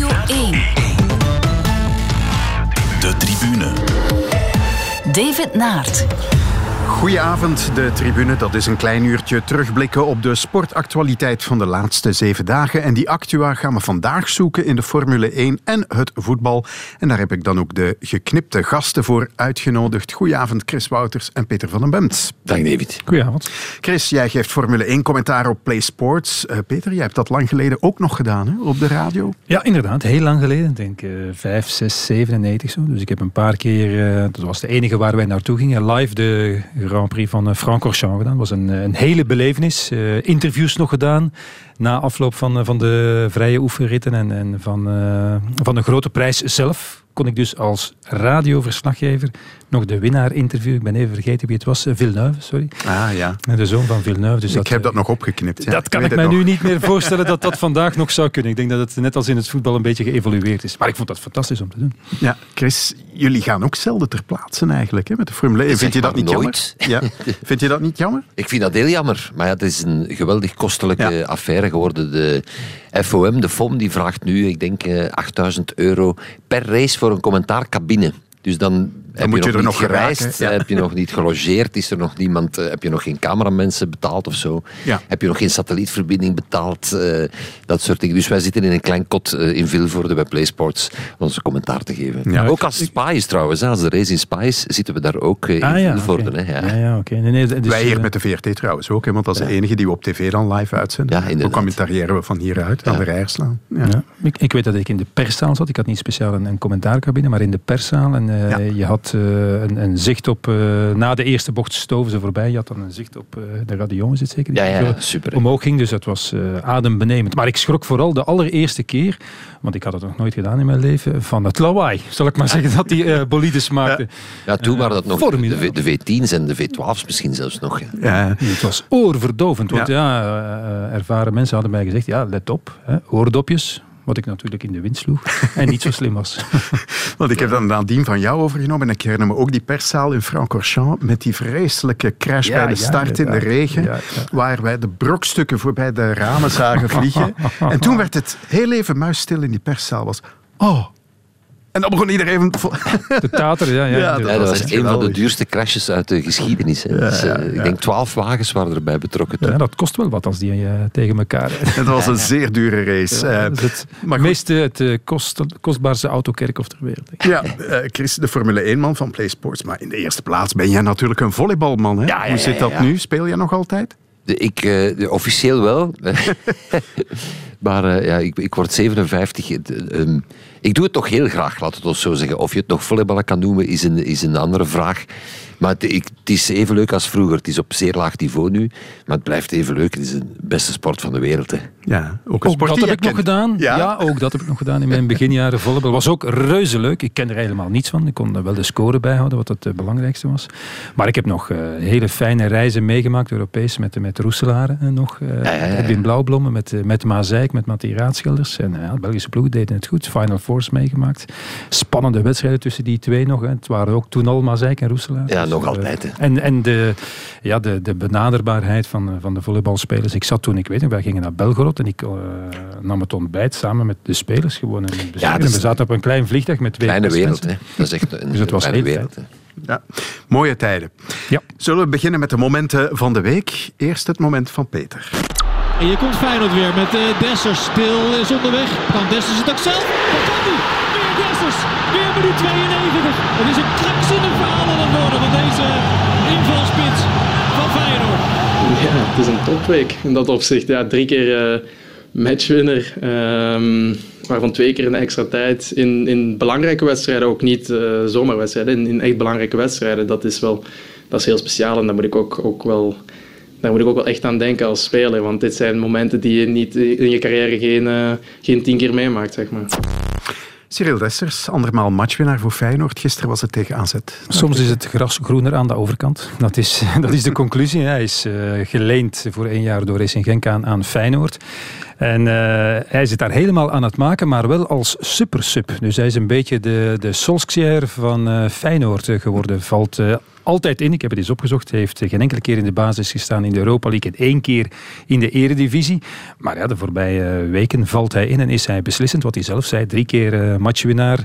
1. De tribune. David Naert. Goedenavond, de tribune. Dat is een klein uurtje terugblikken op de sportactualiteit van de laatste 7 dagen. En die actua gaan we vandaag zoeken in de Formule 1 en het voetbal. En daar heb ik dan ook de geknipte gasten voor uitgenodigd. Goedenavond, Chris Wouters en Peter van den Bemt. Dag David. Goedenavond. Chris, jij geeft Formule 1 commentaar op Play Sports. Peter, jij hebt dat lang geleden ook nog gedaan, hè, op de radio? Ja, inderdaad. Heel lang geleden. Ik denk 5, 6, 97 zo. Dus ik heb een paar keer, dat was de enige waar wij naartoe gingen, live de Grand Prix van Francorchamps gedaan. Dat was een hele belevenis. Interviews nog gedaan na afloop van de vrije oefenritten en van de grote prijs zelf. Kon ik dus als radioverslaggever nog de winnaar interviewen. Ik ben even vergeten wie het was. Villeneuve, sorry. Ah, ja. De zoon van Villeneuve. Dus ik heb dat nog opgeknipt. Ja. Dat kan ik mij nu niet meer voorstellen dat dat vandaag nog zou kunnen. Ik denk dat het net als in het voetbal een beetje geëvolueerd is. Maar ik vond dat fantastisch om te doen. Ja, Chris, jullie gaan ook zelden ter plaatse eigenlijk, hè, met de Formule 1. Vind je dat niet nooit. Jammer? Ja. Vind je dat niet jammer? Ik vind dat heel jammer. Maar ja, het is een geweldig kostelijke affaire geworden. De FOM, de FOM, die vraagt nu, ik denk, €8.000 per race voor een commentaarcabine. Dus dan heb moet je je er nog niet nog gereisd, geraken, ja. heb je nog niet gelogeerd, is er nog niemand, heb je nog geen cameramensen betaald of zo, heb je nog geen satellietverbinding betaald, dat soort dingen. Dus wij zitten in een klein kot in Vilvoorde bij PlaySports onze commentaar te geven. Ja. Ook als het Spa is trouwens, als de race in Spa is, zitten we daar ook in Vilvoorde. Okay. Hè, oké. Nee, dus, wij hier met de VRT trouwens ook, hè, want dat is de enige die we op tv dan live uitzenden. Ja, inderdaad. Ook commentariëren we van hieruit aan de Rijerslaan. Ja. Ja. Ik weet dat ik in de perszaal zat. Ik had niet speciaal een commentaarcabine, maar in de perszaal. En je had een zicht op... na de eerste bocht stoven ze voorbij. Je had dan een zicht op de radio, is het zeker? Ja, super. Omhoog ging, dus dat was adembenemend. Maar ik schrok vooral de allereerste keer, want ik had het nog nooit gedaan in mijn leven, van het lawaai, zal ik maar zeggen, dat die bolides maakten. Ja, toen waren dat nog de V10's en de V12's misschien zelfs nog. Ja. Het was oorverdovend, want ervaren mensen hadden mij gezegd, let op, oordopjes. Wat ik natuurlijk in de wind sloeg en niet zo slim was. Want ik heb dan nadien van jou overgenomen en ik herinner me ook die perszaal in Francorchamps met die vreselijke crash bij de start in de regen, waar wij de brokstukken voorbij de ramen zagen vliegen. En toen werd het heel even muisstil in die perszaal. Was, en dan begon iedereen... De tater, dat was een van de duurste crashes uit de geschiedenis. Hè. Dus, ik denk 12 wagens waren erbij betrokken. Ja, dat kost wel wat als die tegen elkaar... Het was een zeer dure race. Het kostbaarste autokerkhof ter wereld. Ja, Chris, de Formule 1-man van Play Sports. Maar in de eerste plaats ben jij natuurlijk een volleybalman. Hè? Hoe zit dat nu? Speel jij nog altijd? Officieel wel. Maar ik word 57. Ik doe het toch heel graag, laat het ons zo zeggen. Of je het nog volleyballen kan noemen, is een andere vraag. Maar het is even leuk als vroeger. Het is op zeer laag niveau nu, maar het blijft even leuk. Het is de beste sport van de wereld. Hè. Ja, ook een sport dat heb ik nog gedaan. Ja, ook dat heb ik nog gedaan in mijn beginjaren volleybal. Was ook reuze leuk. Ik ken er helemaal niets van. Ik kon er wel de score bijhouden, wat het belangrijkste was. Maar ik heb nog hele fijne reizen meegemaakt, Europees, met Roeselare nog. Edwin Blauwblommen, met Mazeik, met Mattie Raadschilders. En de Belgische ploeg deden het goed. Final Fours meegemaakt. Spannende wedstrijden tussen die twee nog. Hè. Het waren ook toen al Mazeik en Roeselare. Ja, nog altijd. Hè. En de benaderbaarheid van de volleybalspelers. Ik zat toen, wij gingen naar Belgorod en ik nam het ontbijt samen met de spelers gewoon. We zaten op een klein vliegtuig met 2 kleine wereld, hè. Dat is echt een kleine wereld. Hè. Ja, mooie tijden. Ja. Zullen we beginnen met de momenten van de week? Eerst het moment van Peter. En hier komt Feyenoord weer met Dessers. Speel is onderweg. Kan Dessers het ook zelf? Wat kan hij? Weer Dessers. Weer minuut 92. Het is een krankzinnig verhaal aan het worden van deze invalspits van Feyenoord. Ja, het is een topweek in dat opzicht. Ja, 3 keer matchwinner. Waarvan 2 keer in extra tijd. In belangrijke wedstrijden, ook niet zomerwedstrijden. In echt belangrijke wedstrijden. Dat is heel speciaal en daar moet ik ook wel echt aan denken als speler. Want dit zijn momenten die je niet in je carrière geen 10 keer meemaakt, zeg maar. Cyril Dessers, andermaal matchwinnaar voor Feyenoord. Gisteren was het tegen AZ. Soms is het gras groener aan de overkant. Dat is de conclusie. Hij is geleend voor 1 jaar door Racing Genk aan Feyenoord. En hij zit daar helemaal aan het maken, maar wel als super-sub. Dus hij is een beetje de Solskjaer van Feyenoord geworden. Valt altijd in. Ik heb het eens opgezocht. Hij heeft geen enkele keer in de basis gestaan in de Europa League en 1 keer in de Eredivisie. Maar ja, de voorbije weken valt hij in en is hij beslissend, wat hij zelf zei. 3 keer matchwinnaar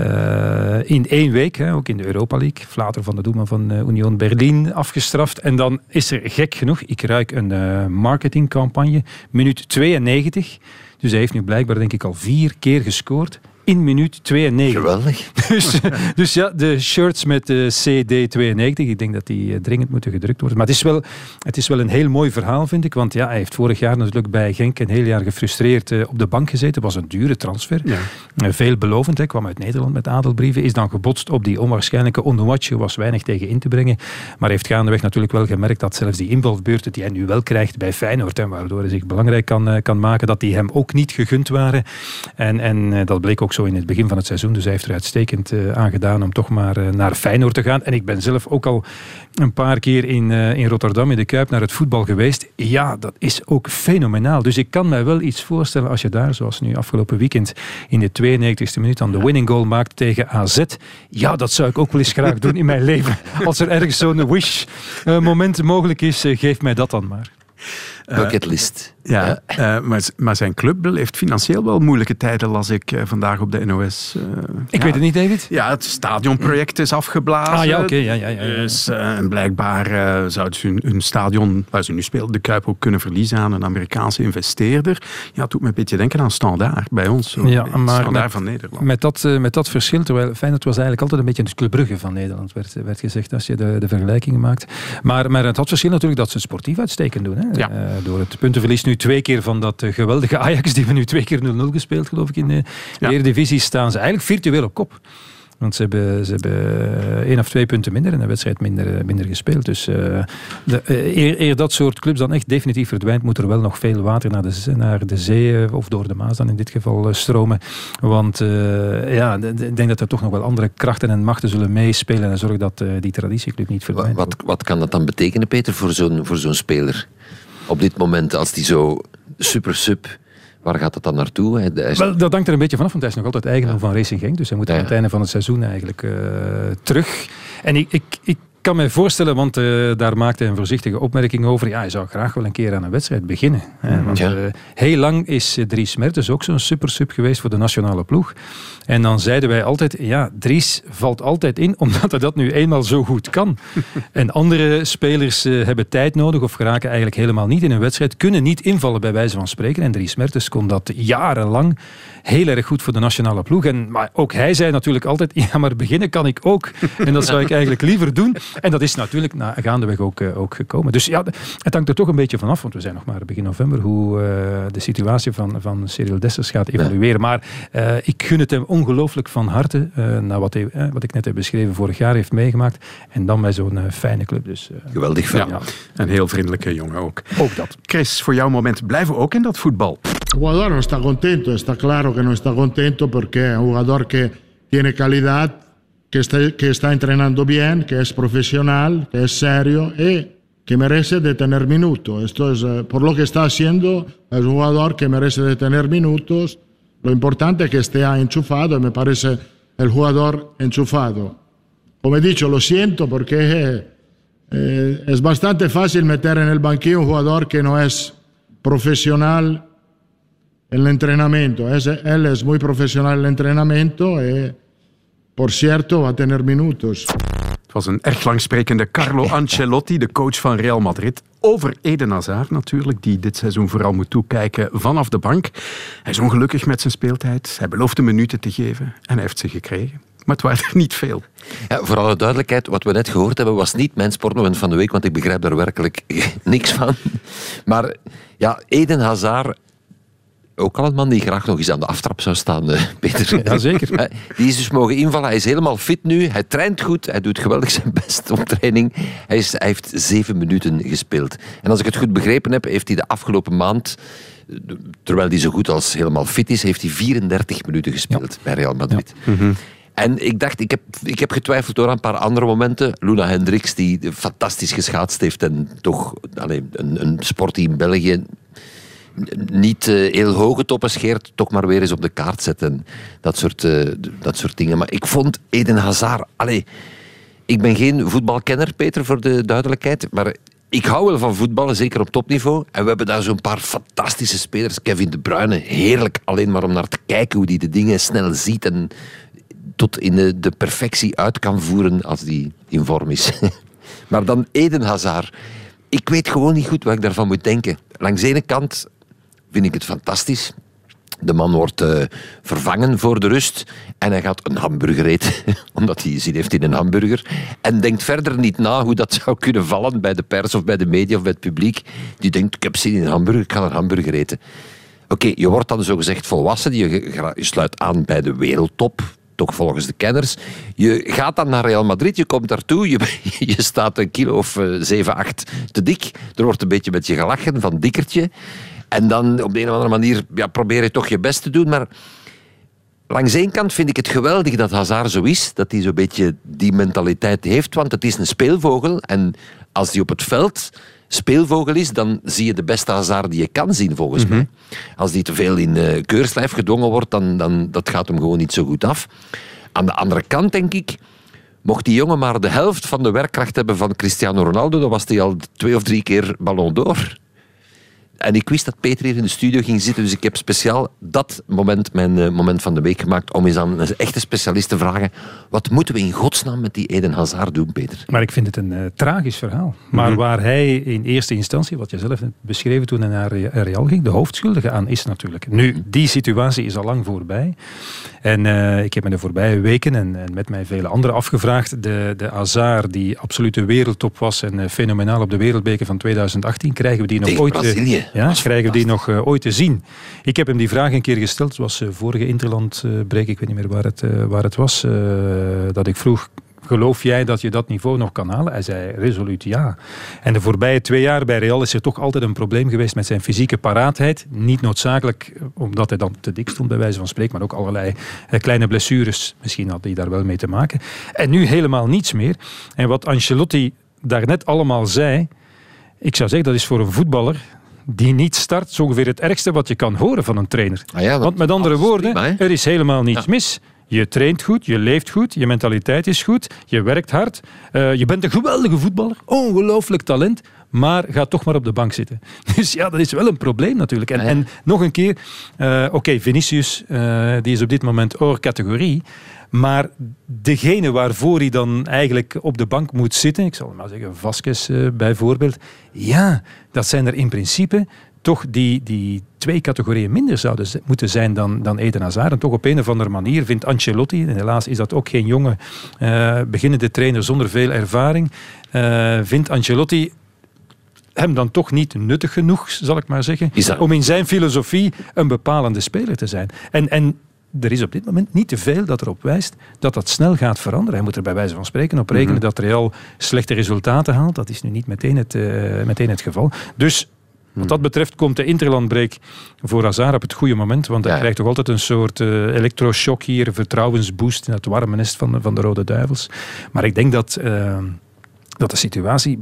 in 1 week. Hè, ook in de Europa League. Vlater van de doelman van Union Berlin afgestraft. En dan is er gek genoeg, ik ruik een marketingcampagne. Minuut 92. Dus hij heeft nu blijkbaar denk ik al 4 keer gescoord. In minuut 92. Geweldig. Dus ja, de shirts met de CD92, ik denk dat die dringend moeten gedrukt worden. Maar het is wel een heel mooi verhaal, vind ik. Want ja, hij heeft vorig jaar natuurlijk bij Genk een heel jaar gefrustreerd op de bank gezeten. Het was een dure transfer. Ja. Veelbelovend, kwam uit Nederland met adelbrieven. Is dan gebotst op die onwaarschijnlijke Onuachu. Was weinig tegen in te brengen. Maar heeft gaandeweg natuurlijk wel gemerkt dat zelfs die invalbeurten die hij nu wel krijgt bij Feyenoord, waardoor hij zich belangrijk kan maken, dat die hem ook niet gegund waren. En dat bleek ook zo in het begin van het seizoen. Dus hij heeft er uitstekend aan gedaan om toch maar naar Feyenoord te gaan. En ik ben zelf ook al een paar keer in Rotterdam in de Kuip naar het voetbal geweest. Ja, dat is ook fenomenaal. Dus ik kan mij wel iets voorstellen als je daar, zoals nu afgelopen weekend, in de 92e minuut dan de winning goal maakt tegen AZ. Ja, dat zou ik ook wel eens graag doen in mijn leven. Als er ergens zo'n wish moment mogelijk is, geef mij dat dan maar. Bucketlist. Maar zijn club heeft financieel wel moeilijke tijden, las ik vandaag op de NOS. Ik weet het niet, David. Ja, het stadionproject is afgeblazen. Ah ja, oké. Dus blijkbaar zouden ze hun stadion, waar ze nu spelen, de Kuip ook kunnen verliezen aan een Amerikaanse investeerder. Ja, het doet me een beetje denken aan Standaard bij ons. Maar Standaard van Nederland. Met dat verschil, terwijl Feyenoord was eigenlijk altijd een beetje de Club Brugge van Nederland, werd gezegd, als je de vergelijkingen maakt. Maar het had verschil natuurlijk dat ze sportief uitstekend doen. Hè? Ja. Door het puntenverlies nu 2 keer van dat geweldige Ajax, die we nu 2 keer 0-0 gespeeld, geloof ik, in de Eredivisie, staan ze eigenlijk virtueel op kop. Want ze hebben 1 of 2 punten minder en een wedstrijd minder gespeeld. Dus eer dat soort clubs dan echt definitief verdwijnt, moet er wel nog veel water naar de zee, of door de Maas dan in dit geval, stromen. Want ik denk dat er toch nog wel andere krachten en machten zullen meespelen en zorgen dat die traditieclub niet verdwijnt. Wat kan dat dan betekenen, Peter, voor zo'n speler? Op dit moment, als die zo super-sub... Waar gaat dat dan naartoe? Wel, dat hangt er een beetje vanaf, want hij is nog altijd eigenaar van Racing Genk. Dus hij moet aan het einde van het seizoen eigenlijk terug. En ik kan me voorstellen, want daar maakte hij een voorzichtige opmerking over. Ja, hij zou graag wel een keer aan een wedstrijd beginnen. Hè, want heel lang is Dries Mertens ook zo'n super-sub geweest voor de nationale ploeg. En dan zeiden wij altijd, ja, Dries valt altijd in, omdat hij dat nu eenmaal zo goed kan. En andere spelers hebben tijd nodig of geraken eigenlijk helemaal niet in een wedstrijd, kunnen niet invallen bij wijze van spreken. En Dries Mertens kon dat jarenlang heel erg goed voor de nationale ploeg. Maar ook hij zei natuurlijk altijd, ja, maar beginnen kan ik ook. En dat zou ik eigenlijk liever doen. En dat is natuurlijk gaandeweg ook gekomen. Dus ja, het hangt er toch een beetje vanaf, want we zijn nog maar begin november, hoe de situatie van Cyril Dessers gaat evolueren. Maar ik gun het hem ongelooflijk van harte, naar wat ik net heb beschreven, vorig jaar heeft meegemaakt. En dan bij zo'n fijne club. Dus, geweldig fijn. Ja. Een heel vriendelijke jongen ook. Ook dat. Chris, voor jouw moment blijven we ook in dat voetbal. El jugador no está contento, está claro que no está contento porque es un jugador que tiene calidad, que está entrenando bien, que es profesional, que es serio y que merece de tener minutos. Esto es, por lo que está haciendo, es un jugador que merece de tener minutos. Lo importante es que esté enchufado y me parece el jugador enchufado. Como he dicho, lo siento porque es bastante fácil meter en el banquillo un jugador que no es profesional en el entrenamiento. Él es muy profesional en el entrenamiento y, por cierto, va a tener minutos. Het was een erg langsprekende Carlo Ancelotti, de coach van Real Madrid. Over Eden Hazard natuurlijk, die dit seizoen vooral moet toekijken vanaf de bank. Hij is ongelukkig met zijn speeltijd. Hij beloofde minuten te geven en hij heeft ze gekregen. Maar het waren er niet veel. Ja, voor alle duidelijkheid, wat we net gehoord hebben was niet mijn sportmoment van de week, want ik begrijp daar werkelijk niks van. Maar ja, Eden Hazard, ook al een man die graag nog eens aan de aftrap zou staan, Peter. Jazeker. Die is dus mogen invallen. Hij is helemaal fit nu. Hij traint goed. Hij doet geweldig zijn best op training. Hij heeft 7 minuten gespeeld. En als ik het goed begrepen heb, heeft hij de afgelopen maand, terwijl hij zo goed als helemaal fit is, heeft hij 34 minuten gespeeld bij Real Madrid. Ja. Mm-hmm. En ik dacht, ik heb getwijfeld door een paar andere momenten. Luna Hendricks, die fantastisch geschaatst heeft en toch een sport die in België niet heel hoge toppen scheert, toch maar weer eens op de kaart zetten. Dat soort dingen. Maar ik vond Eden Hazard... ik ben geen voetbalkenner, Peter, voor de duidelijkheid, maar ik hou wel van voetballen, zeker op topniveau. En we hebben daar zo'n paar fantastische spelers. Kevin De Bruyne, heerlijk alleen maar om naar te kijken hoe die de dingen snel ziet en tot in de perfectie uit kan voeren als die in vorm is. Maar dan Eden Hazard. Ik weet gewoon niet goed wat ik daarvan moet denken. Langs de ene kant vind ik het fantastisch. De man wordt vervangen voor de rust en hij gaat een hamburger eten, omdat hij zin heeft in een hamburger. En denkt verder niet na hoe dat zou kunnen vallen bij de pers of bij de media of bij het publiek. Die denkt, ik heb zin in een hamburger, ik ga een hamburger eten. Oké, je wordt dan zogezegd volwassen, je sluit aan bij de wereldtop, toch volgens de kenners. Je gaat dan naar Real Madrid, je komt daartoe, je staat een kilo of 7, 8 te dik. Er wordt een beetje met je gelachen, van dikkertje. En dan op de een of andere manier probeer je toch je best te doen. Maar langs één kant vind ik het geweldig dat Hazard zo is. Dat hij zo'n beetje die mentaliteit heeft. Want het is een speelvogel. En als hij op het veld speelvogel is, dan zie je de beste Hazard die je kan zien, volgens mij. Als die te veel in keurslijf gedwongen wordt, dan dat gaat hem gewoon niet zo goed af. Aan de andere kant denk ik, mocht die jongen maar de helft van de werkkracht hebben van Cristiano Ronaldo, dan was hij al 2 of 3 keer Ballon d'Or. En ik wist dat Peter hier in de studio ging zitten, dus ik heb speciaal dat moment mijn moment van de week gemaakt om eens aan een echte specialist te vragen, wat moeten we in godsnaam met die Eden Hazard doen, Peter? Maar ik vind het een tragisch verhaal. Maar waar hij in eerste instantie, wat je zelf hebt beschreven toen hij naar Real ging, de hoofdschuldige aan is natuurlijk. Nu, die situatie is al lang voorbij. En ik heb me de voorbije weken en met mij vele anderen afgevraagd, de Hazard die absolute wereldtop was en fenomenaal op de wereldbeker van 2018, krijgen we die nog ooit... Brazilië. Krijgen we die nog ooit te zien? Ik heb hem die vraag een keer gesteld. Het was vorige Interlandbreek, ik weet niet meer waar het was, dat ik vroeg, geloof jij dat je dat niveau nog kan halen? Hij zei resoluut ja. En de voorbije 2 jaar bij Real is er toch altijd een probleem geweest met zijn fysieke paraatheid. Niet noodzakelijk omdat hij dan te dik stond, bij wijze van spreken, maar ook allerlei kleine blessures. Misschien had hij daar wel mee te maken. En nu helemaal niets meer. En wat Ancelotti daarnet allemaal zei, ik zou zeggen, dat is voor een voetballer die niet start, zo ongeveer het ergste wat je kan horen van een trainer. Want met andere woorden, er is helemaal niets mis. Je traint goed, je leeft goed, je mentaliteit is goed, je werkt hard, je bent een geweldige voetballer, ongelooflijk talent, maar ga toch maar op de bank zitten. Dus ja, dat is wel een probleem natuurlijk. En nog een keer, Vinicius, die is op dit moment hors categorie, maar degene waarvoor hij dan eigenlijk op de bank moet zitten, ik zal maar zeggen Vasquez bijvoorbeeld, ja, dat zijn er in principe toch die 2 categorieën minder zouden moeten zijn dan Eden Hazard. En toch op een of andere manier vindt Ancelotti, en helaas is dat ook geen jonge beginnende trainer zonder veel ervaring, vindt Ancelotti hem dan toch niet nuttig genoeg, zal ik maar zeggen, om in zijn filosofie een bepalende speler te zijn. En er is op dit moment niet te veel dat erop wijst dat dat snel gaat veranderen. Hij moet er bij wijze van spreken op rekenen dat Real slechte resultaten haalt. Dat is nu niet meteen het geval. Dus wat dat betreft komt de Interlandbreak voor Hazard op het goede moment, want hij krijgt toch altijd een soort elektroshock hier, een vertrouwensboost in het warme nest van de Rode Duivels. Maar ik denk dat de situatie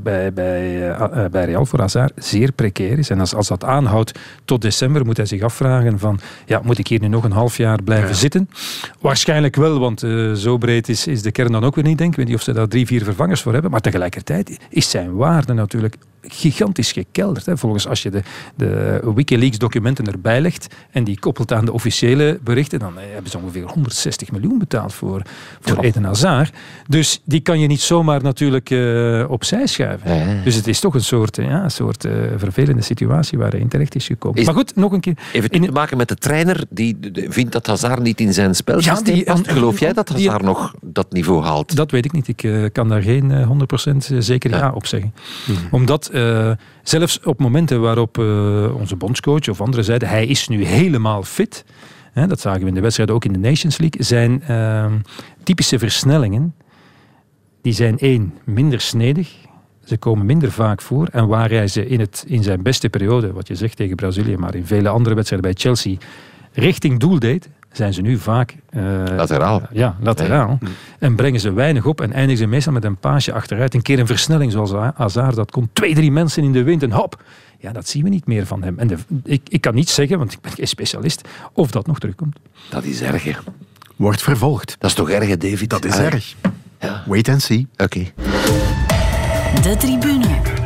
bij Real voor Hazard zeer precair is. En als dat aanhoudt tot december, moet hij zich afvragen van, moet ik hier nu nog een half jaar blijven zitten? Waarschijnlijk wel, want zo breed is de kern dan ook weer niet, denk ik. Ik weet niet of ze daar 3-4 vervangers voor hebben. Maar tegelijkertijd is zijn waarde natuurlijk gigantisch gekelderd. Hè. Volgens als je de WikiLeaks-documenten erbij legt en die koppelt aan de officiële berichten, dan hebben ze ongeveer 160 miljoen betaald voor Eden Hazard. Dus die kan je niet zomaar natuurlijk opzij schuiven. Dus het is toch een soort vervelende situatie waar hij in terecht is gekomen. Maar goed, nog een keer. Even te maken met de trainer die vindt dat Hazard niet in zijn spel past. Geloof jij dat Hazard nog dat niveau haalt? Dat weet ik niet. Ik kan daar geen 100% zeker ja op zeggen. Omdat zelfs op momenten waarop onze bondscoach of anderen zeiden hij is nu helemaal fit, dat zagen we in de wedstrijd ook in de Nations League, zijn typische versnellingen, die zijn minder snedig, ze komen minder vaak voor en waar hij ze in zijn beste periode, wat je zegt tegen Brazilië, maar in vele andere wedstrijden bij Chelsea, richting doel deed, zijn ze nu vaak... lateraal. Ja, lateraal. Ja. En brengen ze weinig op en eindigen ze meestal met een paasje achteruit. Een keer een versnelling zoals Hazard, dat komt 2-3 mensen in de wind en hop. Ja, dat zien we niet meer van hem. En ik kan niet zeggen, want ik ben geen specialist, of dat nog terugkomt. Dat is erg, hè. Wordt vervolgd. Dat is toch erg, hè, David? Dat is erg. Ja. Wait and see. Oké. De tribune.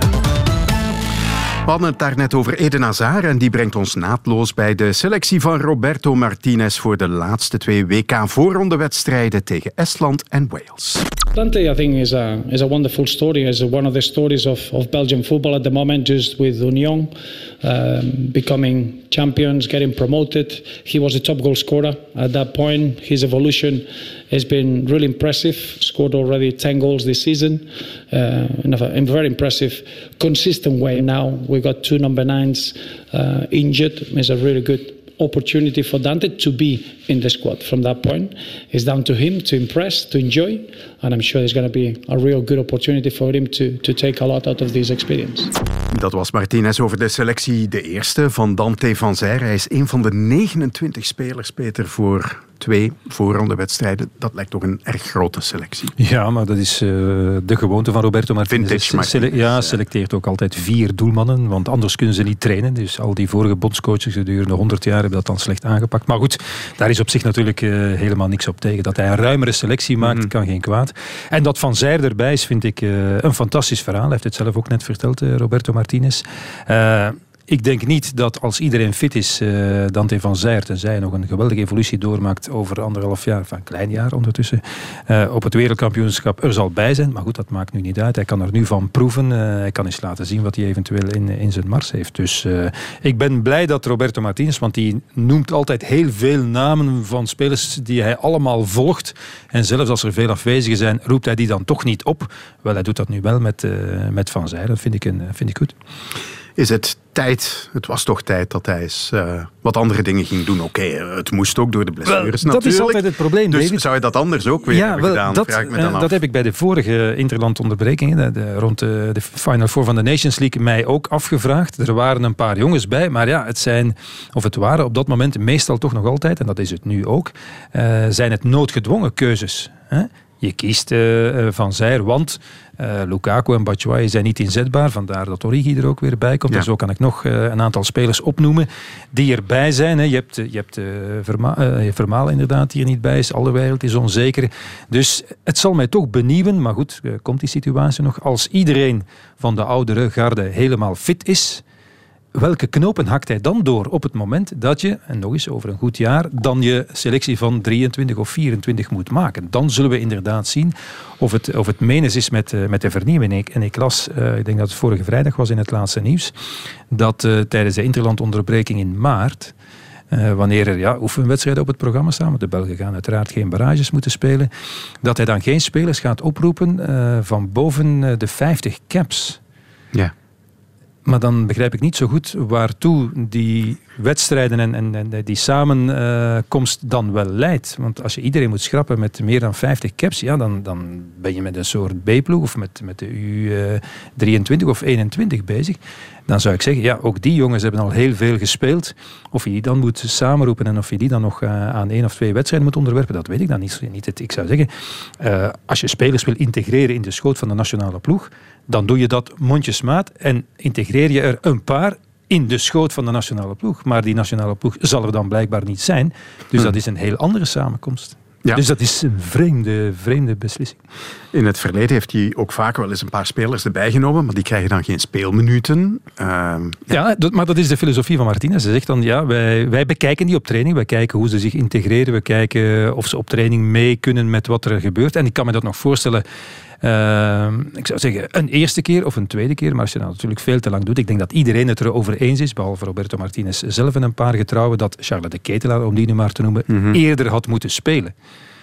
We hadden het daarnet over Eden Hazard en die brengt ons naadloos bij de selectie van Roberto Martinez voor de laatste 2 WK-voorrondewedstrijden tegen Estland en Wales. Dante, I think, is a wonderful story. It's one of the stories of Belgian football at the moment, just with Union becoming champions, getting promoted. He was the top goal scorer at that point. His evolution has been really impressive. Scored already 10 goals this season in a very impressive, consistent way. Now we got 2 number 9s injured. It's a really good opportunity for Dante to be in the squad. From that point, it's down to him to impress, to enjoy, and I'm sure there's going to be a real good opportunity for him to take a lot out of this experience. Dat was Martinez over de selectie, de eerste van Dante van Zijr. Hij is een van de 29 spelers, Peter, voor 2 voorrondewedstrijden. Dat lijkt toch een erg grote selectie. Ja, maar dat is de gewoonte van Roberto Martinez. Selecteert ook altijd 4 doelmannen, want anders kunnen ze niet trainen. Dus al die vorige bondscoaches gedurende 100 jaar hebben dat dan slecht aangepakt. Maar goed, daar is op zich natuurlijk helemaal niks op tegen. Dat hij een ruimere selectie maakt, kan geen kwaad. En dat Van Zijr erbij is, vind ik een fantastisch verhaal. Hij heeft het zelf ook net verteld, Roberto Martinez. Ik denk niet dat als iedereen fit is, Dante van Zijr, tenzij hij nog een geweldige evolutie doormaakt over 1,5 jaar, een klein jaar ondertussen, op het wereldkampioenschap er zal bij zijn. Maar goed, dat maakt nu niet uit. Hij kan er nu van proeven. Hij kan eens laten zien wat hij eventueel in zijn mars heeft. Dus ik ben blij dat Roberto Martinez, want die noemt altijd heel veel namen van spelers die hij allemaal volgt. En zelfs als er veel afwezigen zijn, roept hij die dan toch niet op. Wel, hij doet dat nu wel met Van Zijr. Dat vind ik goed. Is het tijd, het was toch tijd dat hij eens wat andere dingen ging doen. Oké, het moest ook door de blessures natuurlijk. Dat is altijd het probleem, Dus David. zou je dat anders ook weer hebben gedaan? Vraag ik me dan af. Dat heb ik bij de vorige interlandonderbrekingen, rond de Final Four van de Nations League, mij ook afgevraagd. Er waren een paar jongens bij, maar ja, het waren op dat moment meestal toch nog altijd, en dat is het nu ook, zijn het noodgedwongen keuzes. Hè? Je kiest Van Zijr, want Lukaku en Batshuayi zijn niet inzetbaar. Vandaar dat Origi er ook weer bij komt. Ja. En zo kan ik nog een aantal spelers opnoemen die erbij zijn. Hè. Je hebt Vermaelen inderdaad die er niet bij is. Alderweireld is onzeker. Dus het zal mij toch benieuwen. Maar goed, komt die situatie nog. Als iedereen van de oudere garde helemaal fit is, welke knopen hakt hij dan door op het moment dat je, en nog eens over een goed jaar, dan je selectie van 23 of 24 moet maken? Dan zullen we inderdaad zien of het menens is met de vernieuwing. En ik las, ik denk dat het vorige vrijdag was in het laatste nieuws, dat tijdens de interlandonderbreking in maart, wanneer er oefenwedstrijden op het programma staan, want de Belgen gaan uiteraard geen barrages moeten spelen, dat hij dan geen spelers gaat oproepen van boven de 50 caps. Ja. Maar dan begrijp ik niet zo goed waartoe die wedstrijden en die samenkomst dan wel leidt. Want als je iedereen moet schrappen met meer dan 50 caps, ja, dan ben je met een soort B-ploeg of met de U23 of 21 bezig. Dan zou ik zeggen, ja, ook die jongens hebben al heel veel gespeeld. Of je die dan moet samenroepen en of je die dan nog aan 1 of 2 wedstrijden moet onderwerpen, dat weet ik dan niet. Ik zou zeggen, als je spelers wil integreren in de schoot van de nationale ploeg, dan doe je dat mondjesmaat en integreer je er een paar in de schoot van de nationale ploeg. Maar die nationale ploeg zal er dan blijkbaar niet zijn. Dus dat is een heel andere samenkomst. Ja. Dus dat is een vreemde beslissing. In het verleden heeft hij ook vaak wel eens een paar spelers erbij genomen, maar die krijgen dan geen speelminuten. Maar dat is de filosofie van Martinez. Hij zegt dan, ja, wij bekijken die op training, wij kijken hoe ze zich integreren, we kijken of ze op training mee kunnen met wat er gebeurt. En ik kan me dat nog voorstellen, ik zou zeggen een eerste keer of een tweede keer, maar als je dat natuurlijk veel te lang doet, ik denk dat iedereen het erover eens is, behalve Roberto Martinez zelf en een paar getrouwen, dat Charles de Ketelaar, om die nu maar te noemen, eerder had moeten spelen.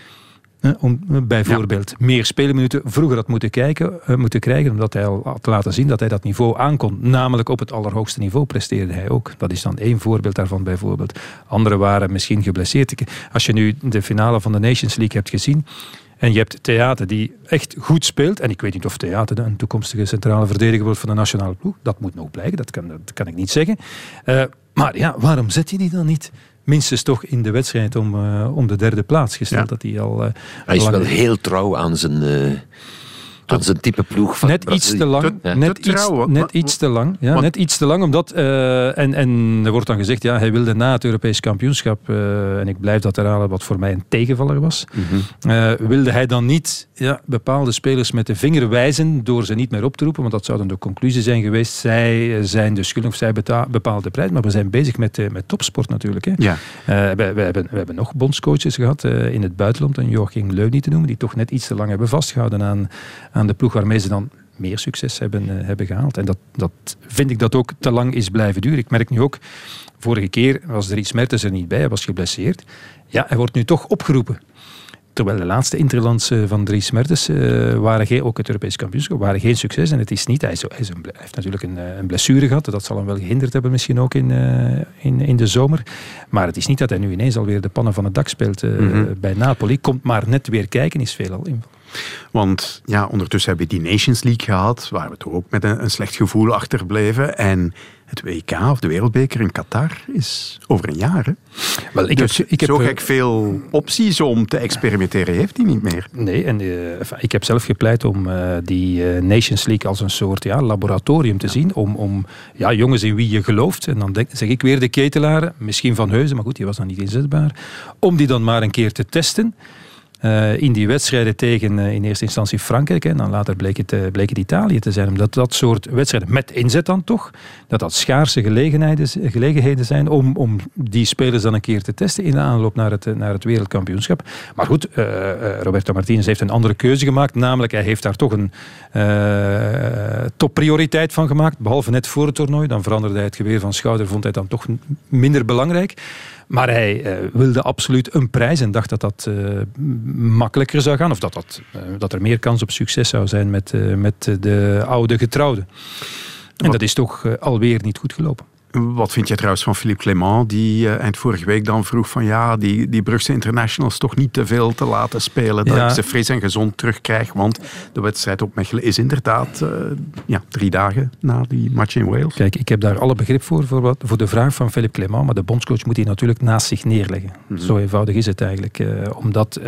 Om bijvoorbeeld meer speelminuten vroeger had moeten krijgen, omdat hij al had laten zien dat hij dat niveau aankon. Namelijk op het allerhoogste niveau presteerde hij ook. Dat is dan één voorbeeld daarvan bijvoorbeeld. Anderen waren misschien geblesseerd. Als je nu de finale van de Nations League hebt gezien, en je hebt Theater die echt goed speelt, en ik weet niet of Theater een toekomstige centrale verdediger wordt van de nationale ploeg. Dat moet nog blijken, dat kan ik niet zeggen. Maar ja, waarom zet je die dan niet minstens toch in de wedstrijd om de derde plaats gesteld. Dat hij al... Hij is wel heel trouw aan zijn... aan zijn type ploeg van net iets te lang. Net iets te lang. Ja, net iets te lang, omdat... en er wordt dan gezegd, ja, hij wilde na het Europees kampioenschap, en ik blijf dat herhalen, wat voor mij een tegenvaller was, wilde hij dan niet bepaalde spelers met de vinger wijzen door ze niet meer op te roepen, want dat zou dan de conclusie zijn geweest, zij zijn de schuld of zij bepalen de prijs, maar we zijn bezig met topsport natuurlijk. Hè. Ja. We hebben nog bondscoaches gehad in het buitenland, en Joachim Löw niet te noemen, die toch net iets te lang hebben vastgehouden aan de ploeg waarmee ze dan meer succes hebben gehaald. En dat vind ik dat ook te lang is blijven duren. Ik merk nu ook, vorige keer was Dries Mertens er niet bij, hij was geblesseerd. Ja, hij wordt nu toch opgeroepen. Terwijl de laatste interlands van Dries Mertens waren ook het Europees kampioenschap, waren geen succes. En het is niet, hij heeft natuurlijk een blessure gehad. Dat zal hem wel gehinderd hebben misschien ook in de zomer. Maar het is niet dat hij nu ineens alweer de pannen van het dak speelt bij Napoli. Komt maar net weer kijken, is veelal inval. Want ja, ondertussen hebben we die Nations League gehad, waar we toch ook met een slecht gevoel achterbleven. En het WK of de Wereldbeker in Qatar is over een jaar. Hè? Wel, ik heb zo gek veel opties om te experimenteren heeft hij niet meer. Nee, en ik heb zelf gepleit om die Nations League als een soort laboratorium te zien. Om jongens in wie je gelooft. En dan zeg ik weer de Ketelaar, misschien Van Heuzen, maar goed, die was dan niet inzetbaar. Om die dan maar een keer te testen. In die wedstrijden tegen in eerste instantie Frankrijk. En dan later bleek het Italië te zijn. Omdat dat soort wedstrijden, met inzet dan toch, dat schaarse gelegenheden zijn om die spelers dan een keer te testen in de aanloop naar het wereldkampioenschap. Maar goed, Roberto Martinez heeft een andere keuze gemaakt. Namelijk, hij heeft daar toch een topprioriteit van gemaakt. Behalve net voor het toernooi. Dan veranderde hij het geweer van schouder. Vond hij dan toch minder belangrijk. Maar hij wilde absoluut een prijs en dacht dat makkelijker zou gaan. Of dat er meer kans op succes zou zijn met de oude getrouwden. En dat is toch alweer niet goed gelopen. Wat vind jij trouwens van Philippe Clement, die eind vorige week dan vroeg van die Brugse internationals toch niet te veel te laten spelen, dat ik ze fris en gezond terugkrijg, want de wedstrijd op Mechelen is inderdaad 3 dagen na die match in Wales. Kijk, ik heb daar alle begrip voor de vraag van Philippe Clement, maar de bondscoach moet die natuurlijk naast zich neerleggen. Zo eenvoudig is het eigenlijk. Omdat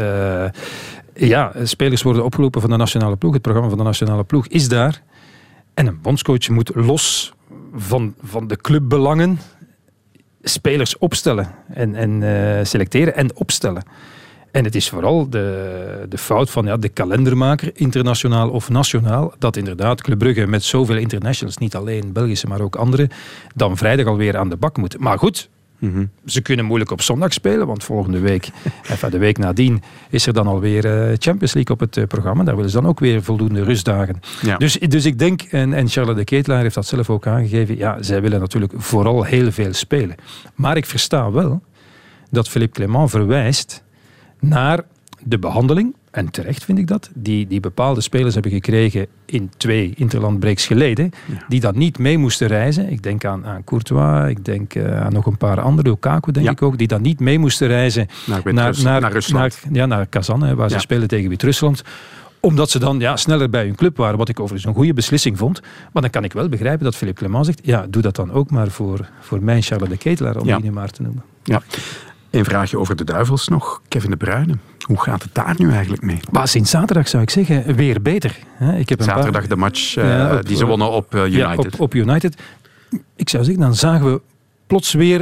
spelers worden opgeroepen van de nationale ploeg, het programma van de nationale ploeg is daar, en een bondscoach moet los van de clubbelangen spelers opstellen en selecteren en opstellen. En het is vooral de fout van de kalendermaker, internationaal of nationaal, dat inderdaad Club Brugge met zoveel internationals, niet alleen Belgische, maar ook andere, dan vrijdag alweer aan de bak moet. Maar goed, ze kunnen moeilijk op zondag spelen, want volgende week, de week nadien, is er dan alweer Champions League op het programma. Daar willen ze dan ook weer voldoende rustdagen. Ja. Dus ik denk, en Charles de Ketelaar heeft dat zelf ook aangegeven, zij willen natuurlijk vooral heel veel spelen. Maar ik versta wel dat Philippe Clement verwijst naar de behandeling, en terecht vind ik dat, die bepaalde spelers hebben gekregen in 2 interlandbreaks geleden, die dan niet mee moesten reizen. Ik denk aan Courtois, ik denk aan nog een paar andere, Lukaku denk ik ook, die dan niet mee moesten reizen naar Rusland. Naar Kazan, waar ze spelen tegen Wit-Rusland. Omdat ze dan sneller bij hun club waren, wat ik overigens een goede beslissing vond. Maar dan kan ik wel begrijpen dat Philippe Clement zegt, doe dat dan ook maar voor mijn Charles de Ketelaar, om die nu maar te noemen. Ja. Een vraagje over de Duivels nog. Kevin De Bruyne. Hoe gaat het daar nu eigenlijk mee? Maar sinds zaterdag zou ik zeggen, weer beter. Ik heb zaterdag de match die ze wonnen op United. Op United. Ik zou zeggen, dan zagen we plots weer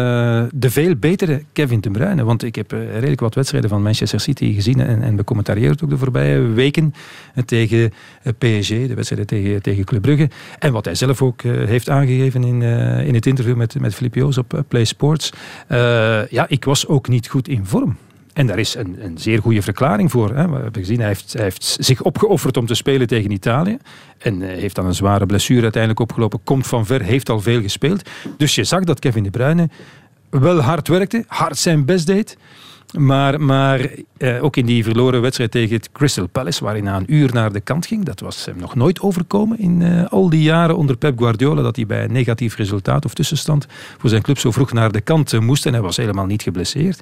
de veel betere Kevin De Bruyne. Want ik heb redelijk wat wedstrijden van Manchester City gezien en becommentarieerd ook de voorbije weken tegen PSG, de wedstrijden tegen Club Brugge. En wat hij zelf ook heeft aangegeven in het interview met Philippe Joos op Play Sports. Ik was ook niet goed in vorm. En daar is een zeer goede verklaring voor. Hè. We hebben gezien, hij heeft zich opgeofferd om te spelen tegen Italië. En heeft dan een zware blessure uiteindelijk opgelopen. Komt van ver, heeft al veel gespeeld. Dus je zag dat Kevin De Bruyne wel hard werkte, hard zijn best deed. Maar ook in die verloren wedstrijd tegen het Crystal Palace, waar hij na een uur naar de kant ging, dat was hem nog nooit overkomen in al die jaren onder Pep Guardiola, dat hij bij een negatief resultaat of tussenstand voor zijn club zo vroeg naar de kant moest. En hij was helemaal niet geblesseerd.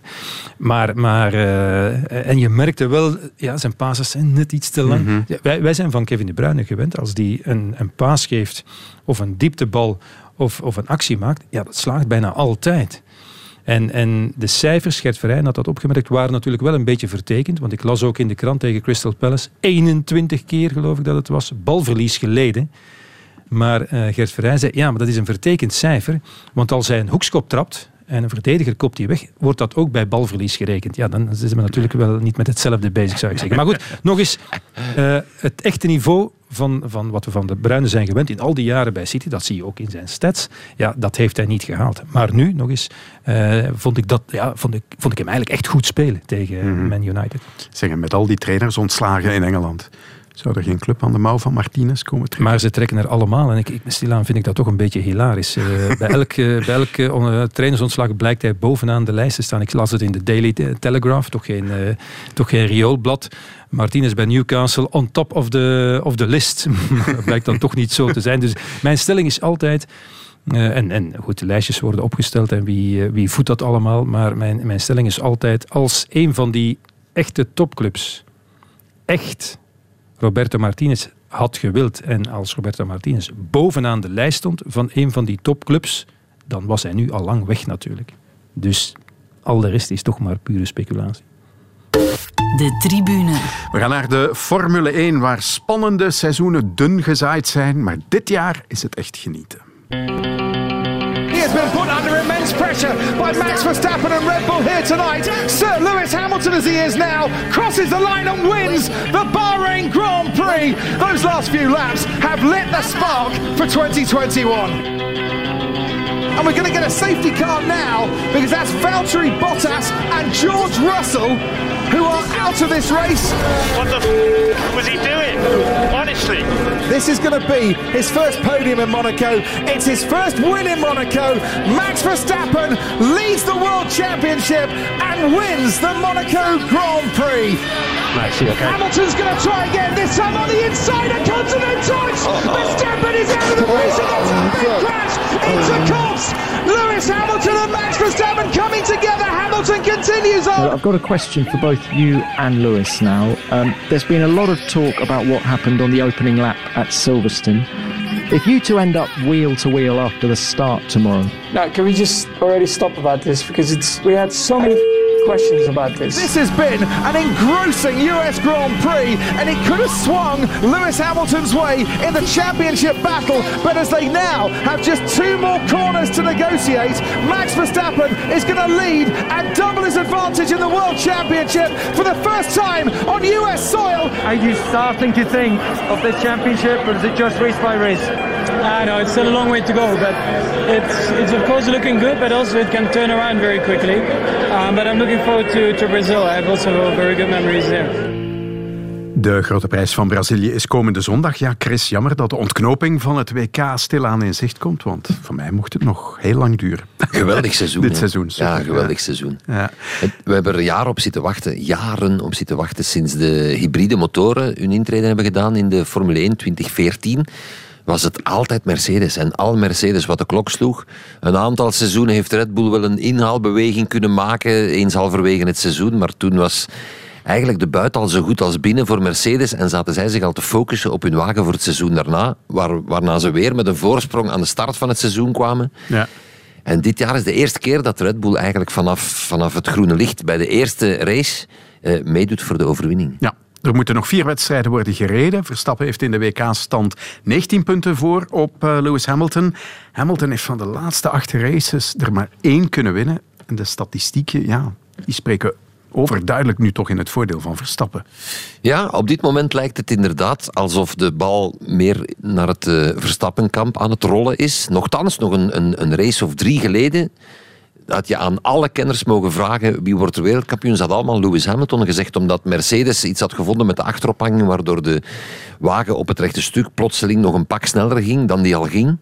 En je merkte wel, zijn passes zijn net iets te lang. Mm-hmm. Wij zijn van Kevin De Bruyne gewend, als die een paas geeft of een dieptebal of een actie maakt, dat slaagt bijna altijd. En de cijfers, Gert Verheyen had dat opgemerkt, waren natuurlijk wel een beetje vertekend. Want ik las ook in de krant tegen Crystal Palace 21 keer, geloof ik dat het was, balverlies geleden. Maar Gert Verheyen zei, ja, maar dat is een vertekend cijfer. Want als hij een hoekschop trapt en een verdediger kopt die weg, wordt dat ook bij balverlies gerekend. Ja, dan zijn we natuurlijk wel niet met hetzelfde bezig, zou ik zeggen. Maar goed, nog eens, het echte niveau van wat we van de Bruyne zijn gewend in al die jaren bij City, dat zie je ook in zijn stats, ja, dat heeft hij niet gehaald. Maar nu, nog eens, vond ik hem eigenlijk echt goed spelen tegen Man United. Zeggen, met al die trainers ontslagen in Engeland, zou er geen club aan de mouw van Martinez komen trekken? Maar ze trekken er allemaal. En stilaan vind ik dat toch een beetje hilarisch. Bij elke trainersontslag blijkt hij bovenaan de lijst te staan. Ik las het in de Daily Telegraph, toch geen rioolblad. Martinez bij Newcastle on top of the list. Dat blijkt dan toch niet zo te zijn. Dus mijn stelling is altijd... En goed, de lijstjes worden opgesteld en wie voedt dat allemaal. Maar mijn stelling is altijd, als een van die echte topclubs echt Roberto Martinez had gewild en als Roberto Martinez bovenaan de lijst stond van een van die topclubs, dan was hij nu al lang weg natuurlijk. Dus al de rest is toch maar pure speculatie. De tribune. We gaan naar de Formule 1, waar spannende seizoenen dun gezaaid zijn, maar dit jaar is het echt genieten. He has been put under immense pressure by Max Verstappen and Red Bull here tonight. Sir Lewis Hamilton, as he is now, crosses the line and wins the Bahrain Grand Prix. Those last few laps have lit the spark for 2021. And we're going to get a safety car now because that's Valtteri Bottas and George Russell who are out of this race. What the was he doing? Honestly. This is going to be his first podium in Monaco. It's his first win in Monaco. Max Verstappen leads the World Championship and wins the Monaco Grand Prix. Hamilton's going to try again, this time on the inside and comes to the touch. Verstappen is out of the race and that's a big crash into Cops. Lewis Hamilton and Max Verstappen coming together. Hamilton continues on. I've got a question for both you and Lewis now. There's been a lot of talk about what happened on the opening lap at Silverstone. If you two end up wheel to wheel after the start tomorrow. Now, can we just already stop about this? Because we had so many questions about this. This has been an engrossing US Grand Prix and it could have swung Lewis Hamilton's way in the championship battle, but as they now have just 2 more corners to negotiate, Max Verstappen is going to lead and double his advantage in the World Championship for the first time on US soil. Are you starting to think of the championship or is it just race by race? I know it's still a long way to go, but it's of course looking good, but also it can turn around very quickly. But I'm looking forward to Brazil. I have also very good memories there. De Grote Prijs van Brazilië is komende zondag. Ja, Chris, jammer dat de ontknoping van het WK stilaan in zicht komt, want voor mij mocht het nog heel lang duren. Geweldig seizoen. Dit seizoen. Super. Ja, geweldig seizoen. Ja. We hebben er jaren op zitten wachten sinds de hybride motoren hun intrede hebben gedaan in de Formule 1 2014. Was het altijd Mercedes. En al Mercedes wat de klok sloeg. Een aantal seizoenen heeft Red Bull wel een inhaalbeweging kunnen maken, eens halverwege het seizoen, maar toen was eigenlijk de buit al zo goed als binnen voor Mercedes en zaten zij zich al te focussen op hun wagen voor het seizoen daarna, waarna ze weer met een voorsprong aan de start van het seizoen kwamen. Ja. En dit jaar is de eerste keer dat Red Bull eigenlijk vanaf het groene licht bij de eerste race meedoet voor de overwinning. Ja. Er moeten nog 4 wedstrijden worden gereden. Verstappen heeft in de WK-stand 19 punten voor op Lewis Hamilton. Hamilton heeft van de laatste 8 races er maar 1 kunnen winnen. En de statistieken, ja, die spreken overduidelijk nu toch in het voordeel van Verstappen. Ja, op dit moment lijkt het inderdaad alsof de bal meer naar het Verstappenkamp aan het rollen is. Nochtans, nog een race of 3 geleden had je aan alle kenners mogen vragen wie wordt er wereldkampioen. Ze hadden allemaal Lewis Hamilton gezegd, omdat Mercedes iets had gevonden met de achterophanging, waardoor de wagen op het rechte stuk plotseling nog een pak sneller ging dan die al ging.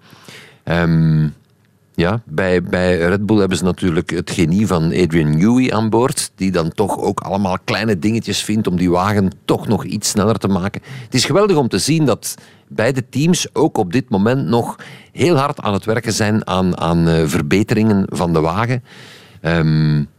Ja, bij Red Bull hebben ze natuurlijk het genie van Adrian Newey aan boord, die dan toch ook allemaal kleine dingetjes vindt om die wagen toch nog iets sneller te maken. Het is geweldig om te zien dat beide teams ook op dit moment nog heel hard aan het werken zijn aan verbeteringen van de wagen.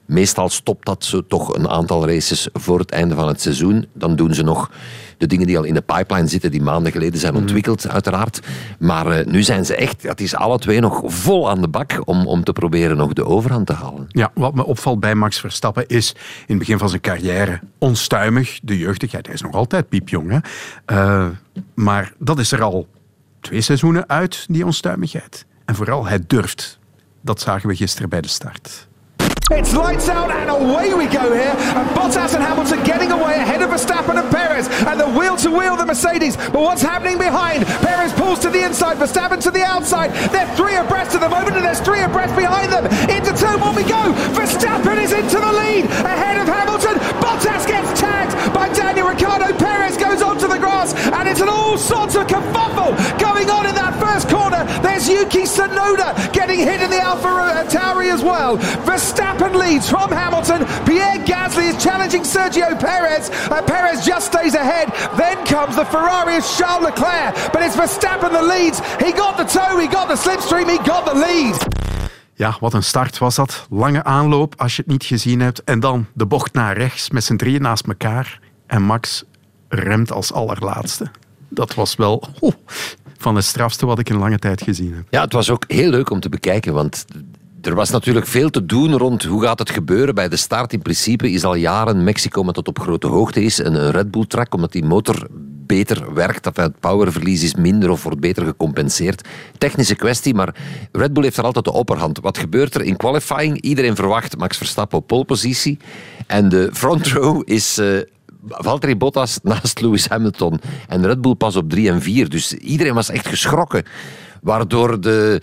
Meestal stopt dat zo toch een aantal races voor het einde van het seizoen. Dan doen ze nog de dingen die al in de pipeline zitten, die maanden geleden zijn ontwikkeld, uiteraard. Maar nu zijn ze echt, het is alle twee nog vol aan de bak om te proberen nog de overhand te halen. Ja, wat me opvalt bij Max Verstappen is in het begin van zijn carrière onstuimig, de jeugdigheid. Hij is nog altijd piepjong, hè? Maar dat is er al 2 seizoenen uit, die onstuimigheid. En vooral, hij durft. Dat zagen we gisteren bij de start. It's lights out and away we go here. And Bottas and Hamilton getting away ahead of Verstappen and Perez. And the wheel-to-wheel, the Mercedes. But what's happening behind? Perez pulls to the inside, Verstappen to the outside. They're 3 abreast at the moment and there's 3 abreast behind them. Into turn 1 we go. Verstappen is into the lead ahead of Hamilton. Bottas gets tagged by Daniel Ricciardo. Perez goes onto the grass and it's an all sorts of kerfuffle going on in that first corner. There's Yuki Tsunoda getting hit in the Alfa Tauri as well. Verstappen leads from Hamilton. Pierre Gasly is challenging Sergio Perez. Perez just stays ahead. Then comes the Ferrari of Charles Leclerc. But it's Verstappen that leads. He got the toe, he got the slipstream, he got the lead. Ja, wat een start was dat. Lange aanloop, als je het niet gezien hebt. En dan de bocht naar rechts met z'n drieën naast elkaar. En Max remt als allerlaatste. Dat was wel van het strafste wat ik in lange tijd gezien heb. Ja, het was ook heel leuk om te bekijken, want er was natuurlijk veel te doen rond hoe gaat het gebeuren bij de start. In principe is al jaren Mexico, met tot op grote hoogte is, een Red Bull track, omdat die motor beter werkt, of het powerverlies is minder of wordt beter gecompenseerd. Technische kwestie, maar Red Bull heeft er altijd de opperhand. Wat gebeurt er in qualifying? Iedereen verwacht Max Verstappen op polepositie. En de front row is Valtteri Bottas naast Lewis Hamilton. En Red Bull pas op 3 en 4. Dus iedereen was echt geschrokken. Waardoor de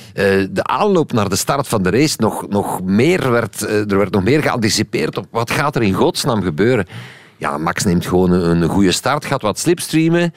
aanloop naar de start van de race nog meer werd. Er werd nog meer geanticipeerd op wat gaat er in godsnaam gebeuren. Ja, Max neemt gewoon een goede start, gaat wat slipstreamen.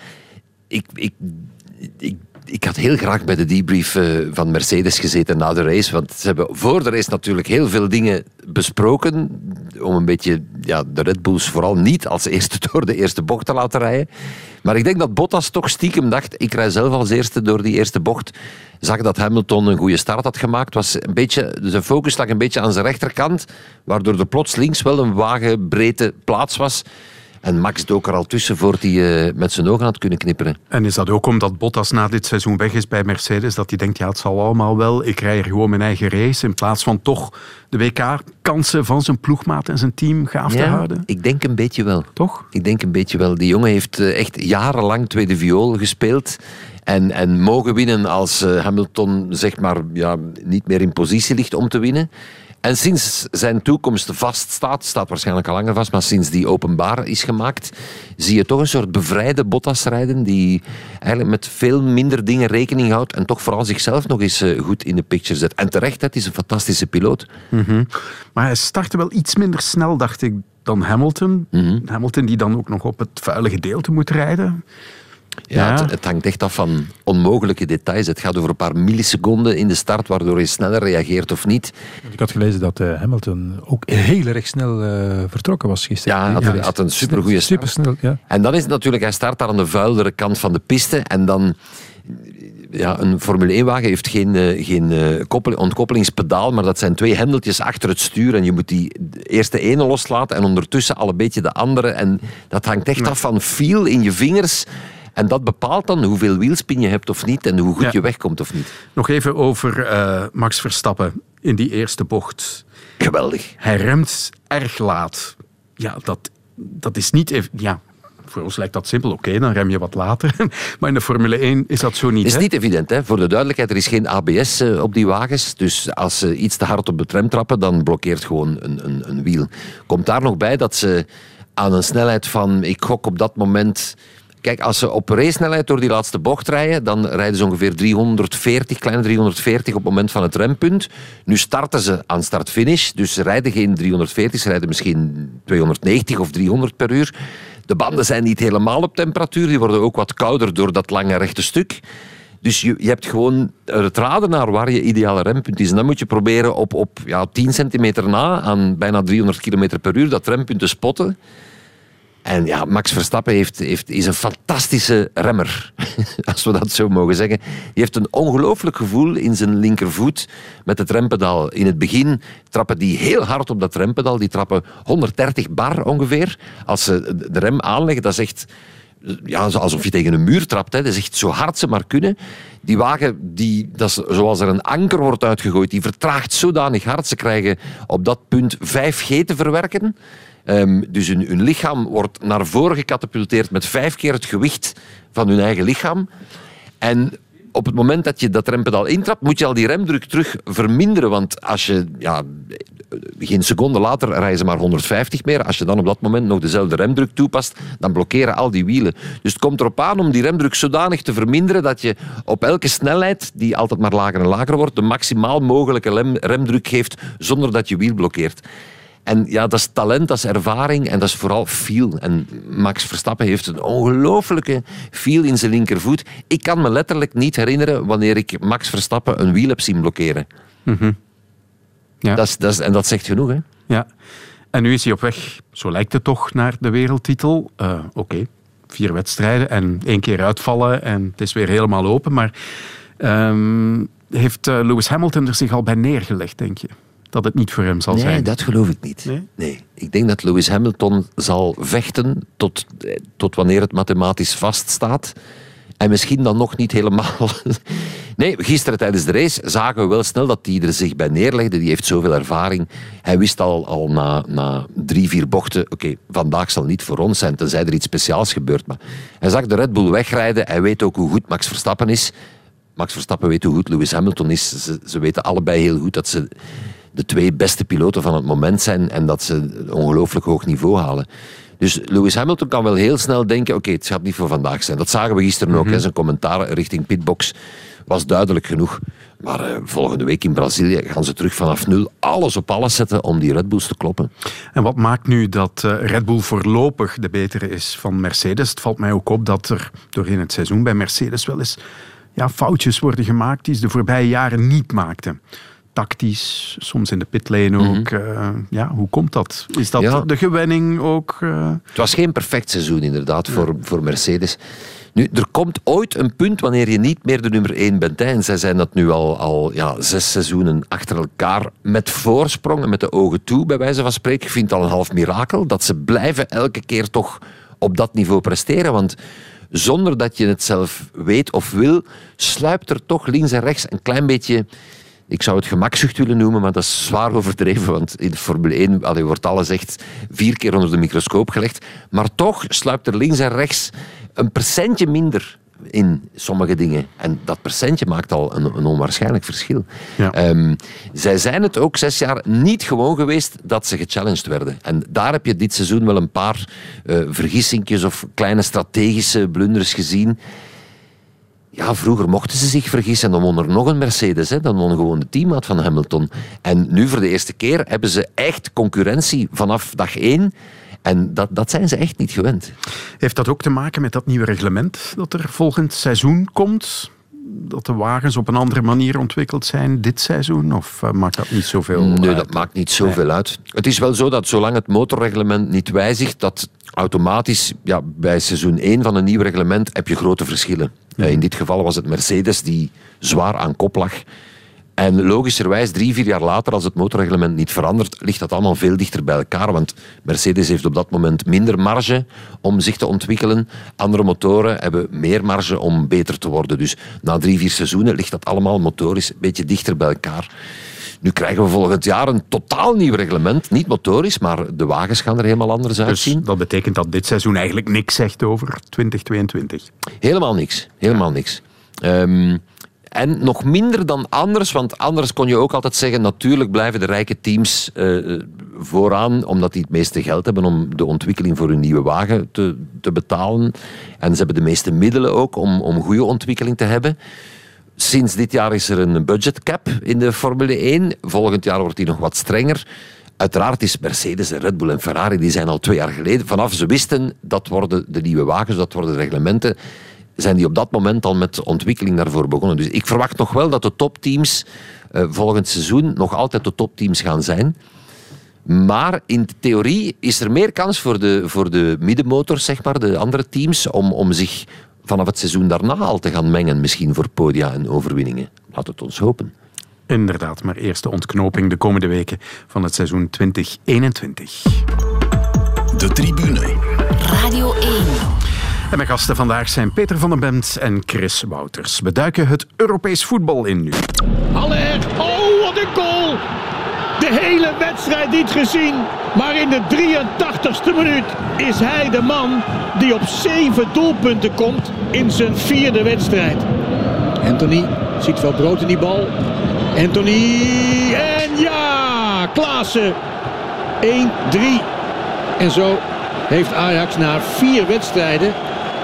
Ik had heel graag bij de debrief van Mercedes gezeten na de race, want ze hebben voor de race natuurlijk heel veel dingen besproken om een beetje de Red Bulls vooral niet als eerste door de eerste bocht te laten rijden. Maar ik denk dat Bottas toch stiekem dacht, ik rij zelf als eerste door die eerste bocht. Zag dat Hamilton een goede start had gemaakt. Zijn focus lag een beetje aan zijn rechterkant, waardoor er plots links wel een wagenbreedte plaats was. En Max dook er al tussen voordat hij met zijn ogen had kunnen knipperen. En is dat ook omdat Bottas na dit seizoen weg is bij Mercedes, dat hij denkt, het zal allemaal wel, ik rij er gewoon mijn eigen race, in plaats van toch de WK-kansen van zijn ploegmaat en zijn team gaaf te houden? Ik denk een beetje wel. Toch? Ik denk een beetje wel. Die jongen heeft echt jarenlang tweede viool gespeeld. En mogen winnen als Hamilton zeg maar, niet meer in positie ligt om te winnen. En sinds zijn toekomst staat waarschijnlijk al langer vast, maar sinds die openbaar is gemaakt, zie je toch een soort bevrijde Bottas rijden, die eigenlijk met veel minder dingen rekening houdt en toch vooral zichzelf nog eens goed in de picture zet. En terecht, het is een fantastische piloot. Mm-hmm. Maar hij startte wel iets minder snel, dacht ik, dan Hamilton. Mm-hmm. Hamilton die dan ook nog op het vuile gedeelte moet rijden. Ja, het hangt echt af van onmogelijke details. Het gaat over een paar milliseconden in de start, waardoor je sneller reageert of niet. Ik had gelezen dat Hamilton ook heel erg snel vertrokken was gisteren. Ja, hij had een supergoeie start. Supersnel, ja. En dan is het natuurlijk, hij start daar aan de vuilere kant van de piste en dan... Ja, een Formule 1-wagen heeft geen ontkoppelingspedaal, maar dat zijn 2 hendeltjes achter het stuur en je moet die eerst de ene loslaten en ondertussen al een beetje de andere. En dat hangt echt af van feel in je vingers. En dat bepaalt dan hoeveel wielspin je hebt of niet en hoe goed je wegkomt of niet. Nog even over Max Verstappen in die eerste bocht. Geweldig. Hij remt erg laat. Ja, dat is niet even... Ja. Voor ons lijkt dat simpel. Oké, dan rem je wat later. Maar in de Formule 1 is dat zo niet. Het is niet evident. Hè? Voor de duidelijkheid, er is geen ABS op die wagens. Dus als ze iets te hard op de tram trappen, dan blokkeert gewoon een wiel. Komt daar nog bij dat ze aan een snelheid van... Ik gok op dat moment... Kijk, als ze op race-snelheid door die laatste bocht rijden, dan rijden ze ongeveer kleine 340 op het moment van het rempunt. Nu starten ze aan start-finish, dus ze rijden geen 340, ze rijden misschien 290 of 300 per uur. De banden zijn niet helemaal op temperatuur, die worden ook wat kouder door dat lange rechte stuk. Dus je hebt gewoon het raden naar waar je ideale rempunt is. En dan moet je proberen op 10 centimeter na, aan bijna 300 km per uur, dat rempunt te spotten. En ja, Max Verstappen is een fantastische remmer, als we dat zo mogen zeggen. Die heeft een ongelooflijk gevoel in zijn linkervoet met het rempedaal. In het begin trappen die heel hard op dat rempedaal. Die trappen 130 bar ongeveer. Als ze de rem aanleggen, dat is echt... Ja, alsof je tegen een muur trapt. Hè. Dat is echt zo hard ze maar kunnen. Die wagen, dat is zoals er een anker wordt uitgegooid, die vertraagt zodanig hard. Ze krijgen op dat punt 5G te verwerken. Dus hun lichaam wordt naar voren gecatapulteerd met 5 keer het gewicht van hun eigen lichaam. En op het moment dat je dat rempedaal intrapt, moet je al die remdruk terug verminderen. Want als je... Ja, geen seconde later rijden ze maar 150 meer. Als je dan op dat moment nog dezelfde remdruk toepast, dan blokkeren al die wielen. Dus het komt erop aan om die remdruk zodanig te verminderen dat je op elke snelheid, die altijd maar lager en lager wordt, de maximaal mogelijke remdruk geeft zonder dat je wiel blokkeert. En ja, dat is talent, dat is ervaring en dat is vooral feel. En Max Verstappen heeft een ongelooflijke feel in zijn linkervoet. Ik kan me letterlijk niet herinneren wanneer ik Max Verstappen een wiel heb zien blokkeren. Mm-hmm. Ja. En dat zegt genoeg, hè? Ja. En nu is hij op weg, zo lijkt het toch, naar de wereldtitel. Oké, 4 wedstrijden en 1 keer uitvallen en het is weer helemaal open. Maar heeft Lewis Hamilton er zich al bij neergelegd, denk je? Dat het niet voor hem zal zijn? Nee, dat geloof ik niet. Nee. Ik denk dat Lewis Hamilton zal vechten tot wanneer het mathematisch vaststaat. En misschien dan nog niet helemaal. Nee, gisteren tijdens de race zagen we wel snel dat hij er zich bij neerlegde. Die heeft zoveel ervaring. Hij wist al na 3-4 bochten... Oké, vandaag zal niet voor ons zijn, tenzij er iets speciaals gebeurt. Maar hij zag de Red Bull wegrijden. Hij weet ook hoe goed Max Verstappen is. Max Verstappen weet hoe goed Lewis Hamilton is. Ze weten allebei heel goed dat ze de 2 beste piloten van het moment zijn en dat ze een ongelooflijk hoog niveau halen. Dus Lewis Hamilton kan wel heel snel denken, oké, het gaat niet voor vandaag zijn. Dat zagen we gisteren ook. Zijn commentaar richting pitbox was duidelijk genoeg. Maar volgende week in Brazilië gaan ze terug vanaf 0 alles op alles zetten om die Red Bulls te kloppen. En wat maakt nu dat Red Bull voorlopig de betere is van Mercedes? Het valt mij ook op dat er doorheen het seizoen bij Mercedes wel eens foutjes worden gemaakt die ze de voorbije jaren niet maakten. Tactisch, soms in de pitlane ook. Hoe komt dat? Is dat de gewenning ook? Het was geen perfect seizoen inderdaad voor Mercedes. Nu, er komt ooit een punt wanneer je niet meer de nummer 1 bent. Hè. En zij zijn dat nu al 6 seizoenen achter elkaar met voorsprongen, met de ogen toe, bij wijze van spreken. Ik vind het al een half mirakel dat ze blijven elke keer toch op dat niveau presteren. Want zonder dat je het zelf weet of wil, sluipt er toch links en rechts een klein beetje... Ik zou het gemakzucht willen noemen, maar dat is zwaar overdreven, want in de Formule 1 wordt alles echt 4 keer onder de microscoop gelegd. Maar toch sluipt er links en rechts een percentje minder in sommige dingen. En dat percentje maakt al een onwaarschijnlijk verschil. Ja. Zij zijn het ook 6 jaar niet gewoon geweest dat ze gechallenged werden. En daar heb je dit seizoen wel een paar vergissingjes of kleine strategische blunders gezien. Ja, vroeger mochten ze zich vergissen en dan won er nog een Mercedes. Hè. Dan won gewoon de teammaat van Hamilton. En nu voor de eerste keer hebben ze echt concurrentie vanaf dag 1. En dat zijn ze echt niet gewend. Heeft dat ook te maken met dat nieuwe reglement dat er volgend seizoen komt? Dat de wagens op een andere manier ontwikkeld zijn dit seizoen? Of maakt dat niet zoveel uit? Nee, dat maakt niet zoveel uit. Het is wel zo dat zolang het motorreglement niet wijzigt, dat automatisch bij seizoen 1 van een nieuw reglement heb je grote verschillen. In dit geval was het Mercedes die zwaar aan kop lag. En logischerwijs, 3-4 jaar later, als het motorreglement niet verandert, ligt dat allemaal veel dichter bij elkaar. Want Mercedes heeft op dat moment minder marge om zich te ontwikkelen. Andere motoren hebben meer marge om beter te worden. Dus na 3-4 seizoenen ligt dat allemaal motorisch een beetje dichter bij elkaar. Nu krijgen we volgend jaar een totaal nieuw reglement. Niet motorisch, maar de wagens gaan er helemaal anders uitzien. Dus dat betekent dat dit seizoen eigenlijk niks zegt over 2022? Helemaal niks. Helemaal niks. En nog minder dan anders, want anders kon je ook altijd zeggen, natuurlijk blijven de rijke teams vooraan, omdat die het meeste geld hebben om de ontwikkeling voor hun nieuwe wagen te betalen. En ze hebben de meeste middelen ook om goede ontwikkeling te hebben. Sinds dit jaar is er een budgetcap in de Formule 1. Volgend jaar wordt die nog wat strenger. Uiteraard is Mercedes, Red Bull en Ferrari, die zijn al 2 jaar geleden, vanaf ze wisten, dat worden de nieuwe wagens, dat worden de reglementen, zijn die op dat moment al met de ontwikkeling daarvoor begonnen. Dus ik verwacht nog wel dat de topteams volgend seizoen nog altijd de topteams gaan zijn. Maar in theorie is er meer kans voor de middenmotors, zeg maar, de andere teams, om zich vanaf het seizoen daarna al te gaan mengen, misschien voor podia en overwinningen. Laat het ons hopen. Inderdaad, maar eerst de ontknoping de komende weken van het seizoen 2021. De Tribune. Radio 1. En mijn gasten vandaag zijn Peter van den Bemt en Chris Wouters. We duiken het Europees voetbal in nu. Haller, oh wat een goal! De hele wedstrijd niet gezien, maar in de 83ste minuut is hij de man die op 7 doelpunten komt in zijn 4e wedstrijd. Anthony ziet wel brood in die bal. Anthony en ja, Klaassen 1-3. En zo heeft Ajax na 4 wedstrijden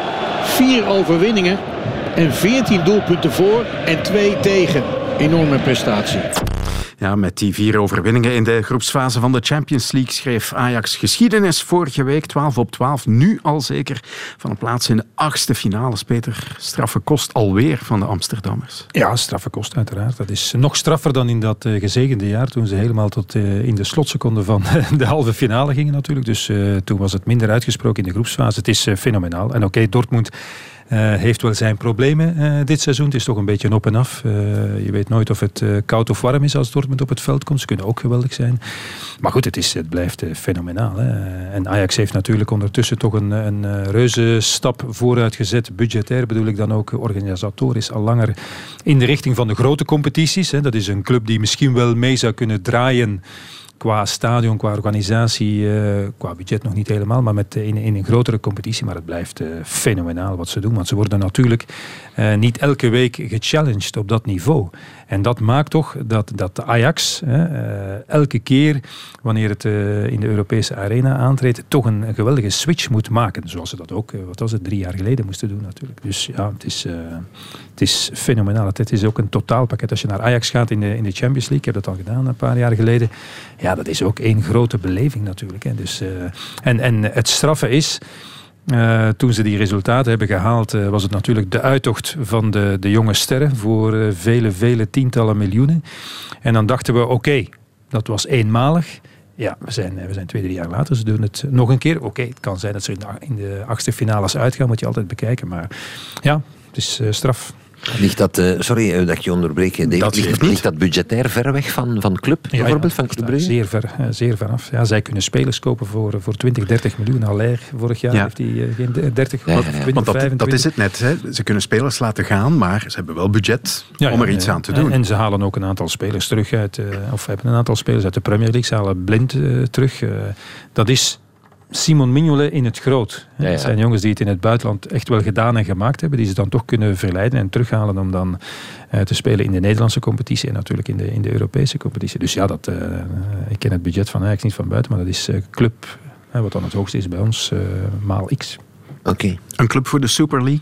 4 overwinningen en 14 doelpunten voor en 2 tegen. Enorme prestatie. Ja, met die 4 overwinningen in de groepsfase van de Champions League schreef Ajax geschiedenis vorige week, 12-12. Nu al zeker van een plaats in de 8e finales. Peter, straffe kost alweer van de Amsterdammers. Ja, straffe kost uiteraard. Dat is nog straffer dan in dat gezegende jaar toen ze helemaal tot in de slotseconde van de halve finale gingen natuurlijk. Dus toen was het minder uitgesproken in de groepsfase. Het is fenomenaal. En oké, Dortmund heeft wel zijn problemen dit seizoen. Het is toch een beetje een op en af. Je weet nooit of het koud of warm is als Dortmund op het veld komt. Ze kunnen ook geweldig zijn. Maar goed, het blijft fenomenaal. Hè. En Ajax heeft natuurlijk ondertussen toch een reuze stap vooruit gezet. Budgetair bedoel ik dan ook. Organisatorisch al langer in de richting van de grote competities. Hè. Dat is een club die misschien wel mee zou kunnen draaien qua stadion, qua organisatie, qua budget nog niet helemaal, maar in een grotere competitie. Maar het blijft fenomenaal wat ze doen. Want ze worden natuurlijk niet elke week gechallenged op dat niveau. En dat maakt toch dat de Ajax elke keer, wanneer het in de Europese arena aantreedt, toch een geweldige switch moet maken. Zoals ze dat ook, 3 jaar geleden moesten doen natuurlijk. Dus ja, het is fenomenaal. Het is ook een totaalpakket. Als je naar Ajax gaat in de Champions League, ik heb dat al gedaan een paar jaar geleden. Ja, dat is ook één grote beleving natuurlijk. Hè. Dus, en het straffe is, toen ze die resultaten hebben gehaald, was het natuurlijk de uittocht van de jonge sterren voor vele tientallen miljoenen. En dan dachten we, oké, dat was eenmalig. Ja, we zijn 2-3 jaar later, ze doen het nog een keer. Oké, het kan zijn dat ze in de 8e finales uitgaan, moet je altijd bekijken. Maar ja, het is straf. Ligt dat, sorry dat ik je onderbreek, ligt dat budgetair ver weg van club, bijvoorbeeld, van Club Brugge? Zeer ver af. Ja, zij kunnen spelers kopen voor 20-30 miljoen. Haller vorig jaar heeft hij geen 30, 20, want 25. Dat is het net. Hè. Ze kunnen spelers laten gaan, maar ze hebben wel budget om er iets aan te doen. En ze halen ook een aantal spelers terug of hebben een aantal spelers uit de Premier League. Ze halen Blind terug. Dat is Simon Mignolet in het groot. Ja. Dat zijn jongens die het in het buitenland echt wel gedaan en gemaakt hebben, die ze dan toch kunnen verleiden en terughalen om dan te spelen in de Nederlandse competitie en natuurlijk in de Europese competitie. Dus ja, ik ken het budget van Ajax niet van buiten, maar dat is club, wat dan het hoogste is bij ons, maal X. Oké. Een club voor de Super League?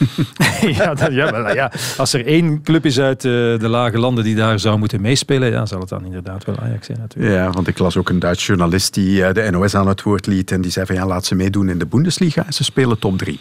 Ja, als er 1 club is uit de lage landen die daar zou moeten meespelen, zal het dan inderdaad wel Ajax zijn natuurlijk. Ja, want ik las ook een Duits journalist die de NOS aan het woord liet en die zei van laat ze meedoen in de Bundesliga en ze spelen top 3.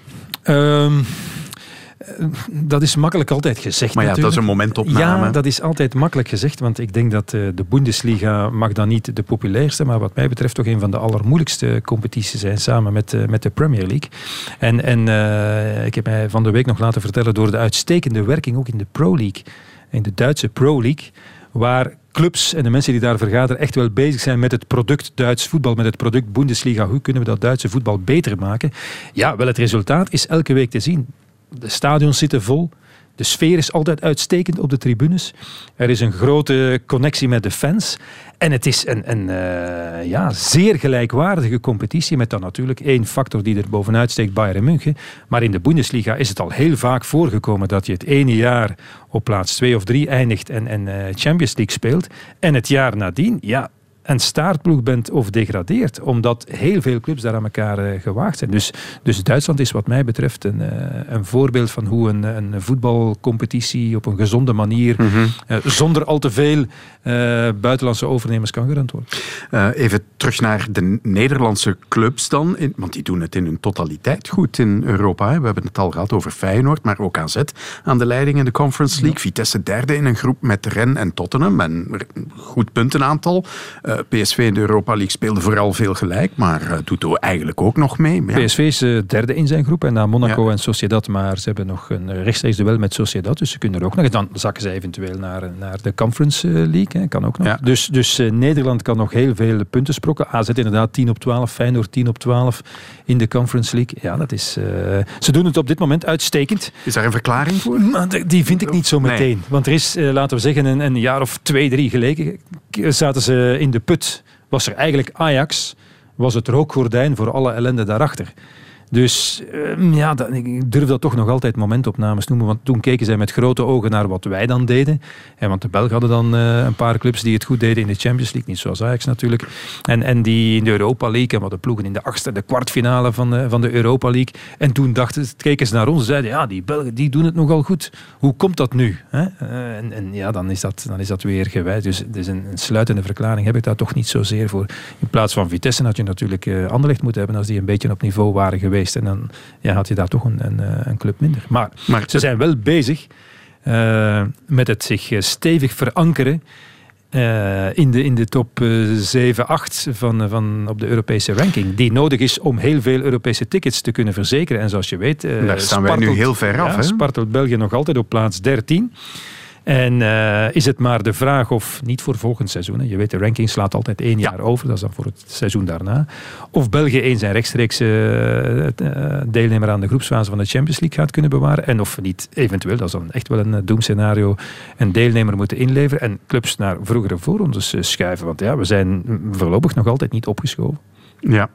Dat is makkelijk altijd gezegd. Maar ja, natuurlijk. dat is een momentopname. Ja, dat is altijd makkelijk gezegd, want ik denk dat de Bundesliga mag dan niet de populairste, maar wat mij betreft toch een van de allermoeilijkste competities zijn, samen met de Premier League. En ik heb mij van de week nog laten vertellen door de uitstekende werking ook in de Pro League, in de Duitse Pro League, waar clubs en de mensen die daar vergaderen echt wel bezig zijn met het product Duits voetbal, met het product Bundesliga. Hoe kunnen we dat Duitse voetbal beter maken? Ja, wel, het resultaat is elke week te zien. De stadions zitten vol. De sfeer is altijd uitstekend op de tribunes. Er is een grote connectie met de fans. En het is een zeer gelijkwaardige competitie met dan natuurlijk 1 factor die er bovenuit steekt, Bayern München. Maar in de Bundesliga is het al heel vaak voorgekomen dat je het ene jaar op plaats 2 of 3 eindigt en Champions League speelt. En het jaar nadien, een staartploeg bent of degradeert, omdat heel veel clubs daar aan elkaar gewaagd zijn. Dus Duitsland is wat mij betreft een voorbeeld van hoe een voetbalcompetitie op een gezonde manier, zonder al te veel buitenlandse overnemers kan gerund worden. Even terug naar de Nederlandse clubs dan, want die doen het in hun totaliteit goed in Europa. Hè. We hebben het al gehad over Feyenoord, maar ook AZ aan de leiding in de Conference League. Ja. Vitesse 3e in een groep met Rennes en Tottenham, en goed puntenaantal. PSV in de Europa League speelde vooral veel gelijk, maar doet eigenlijk ook nog mee. Ja. PSV is derde in zijn groep en na Monaco en Sociedad, maar ze hebben nog een rechtstreeks duel met Sociedad, dus ze kunnen er ook nog. Dan zakken ze eventueel naar de Conference League, kan ook nog. Ja. Dus Nederland kan nog heel veel punten sprokkelen. AZ inderdaad 10 op 12, Feyenoord 10 op 12 in de Conference League. Ja, dat is... ze doen het op dit moment uitstekend. Is daar een verklaring voor? Maar die vind ik niet zo meteen. Nee. Want er is, laten we zeggen, een jaar of 2, 3 geleden zaten ze in de put. Was er eigenlijk Ajax, was het rookgordijn voor alle ellende daarachter. Dus ik durf dat toch nog altijd momentopnames noemen, want toen keken zij met grote ogen naar wat wij dan deden. Want de Belgen hadden dan een paar clubs die het goed deden in de Champions League, niet zoals Ajax natuurlijk. En die in de Europa League, en wat de ploegen in de 8e, de kwartfinale van de Europa League. En toen keken ze naar ons en zeiden, die Belgen die doen het nogal goed. Hoe komt dat nu? Dan is dat weer gewijd. Dus een sluitende verklaring heb ik daar toch niet zozeer voor. In plaats van Vitesse had je natuurlijk Anderlecht moeten hebben als die een beetje op niveau waren geweest. En dan had je daar toch een club minder. Maar ze zijn wel bezig met het zich stevig verankeren in de top 7, 8 van op de Europese ranking. Die nodig is om heel veel Europese tickets te kunnen verzekeren. En zoals je weet... daar staan wij nu heel ver af. Spartelt België nog altijd op plaats 13. En is het maar de vraag of, niet voor volgend seizoen, je weet de ranking slaat altijd 1 jaar over, dat is dan voor het seizoen daarna, of België eens zijn rechtstreeks deelnemer aan de groepsfase van de Champions League gaat kunnen bewaren en of niet eventueel, dat is dan echt wel een doemscenario, een deelnemer moeten inleveren en clubs naar vroegere voorrondes schuiven. Want we zijn voorlopig nog altijd niet opgeschoven. Ja.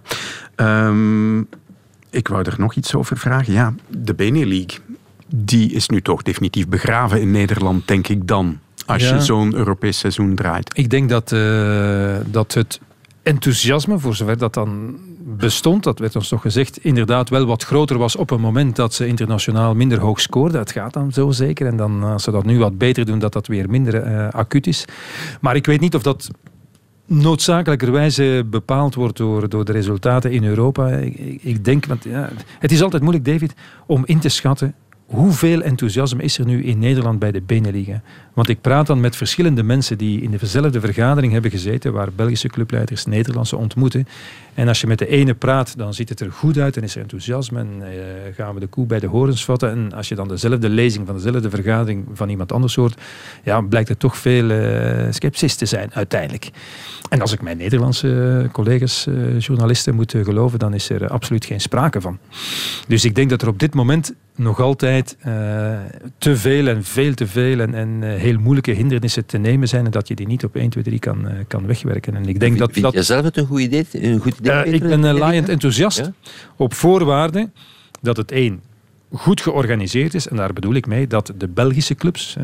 Ik wou er nog iets over vragen. Ja, de Benelux. Die is nu toch definitief begraven in Nederland, denk ik dan. Als je zo'n Europees seizoen draait. Ik denk dat het enthousiasme, voor zover dat dan bestond, dat werd ons toch gezegd, inderdaad wel wat groter was op een moment dat ze internationaal minder hoog scoorden. Het gaat dan zo zeker. En dan, als ze dat nu wat beter doen, dat weer minder acuut is. Maar ik weet niet of dat noodzakelijkerwijze bepaald wordt door de resultaten in Europa. Ik denk, want het is altijd moeilijk, David, om in te schatten hoeveel enthousiasme is er nu in Nederland bij de Benelux? Want ik praat dan met verschillende mensen die in dezelfde vergadering hebben gezeten, waar Belgische clubleiders Nederlandse ontmoeten. En als je met de ene praat, dan ziet het er goed uit en is er enthousiasme en gaan we de koe bij de horens vatten. En als je dan dezelfde lezing van dezelfde vergadering van iemand anders hoort, blijkt er toch veel sceptisch te zijn uiteindelijk. En als ik mijn Nederlandse collega's, journalisten moet geloven, dan is er absoluut geen sprake van. Dus ik denk dat er op dit moment nog altijd te veel en veel te veel en heel moeilijke hindernissen te nemen zijn en dat je die niet op 1, 2, 3 kan wegwerken. En ik denk vind je zelf het een goed idee? Ik ben laaiend enthousiast op voorwaarde dat het goed georganiseerd is. En daar bedoel ik mee dat de Belgische clubs,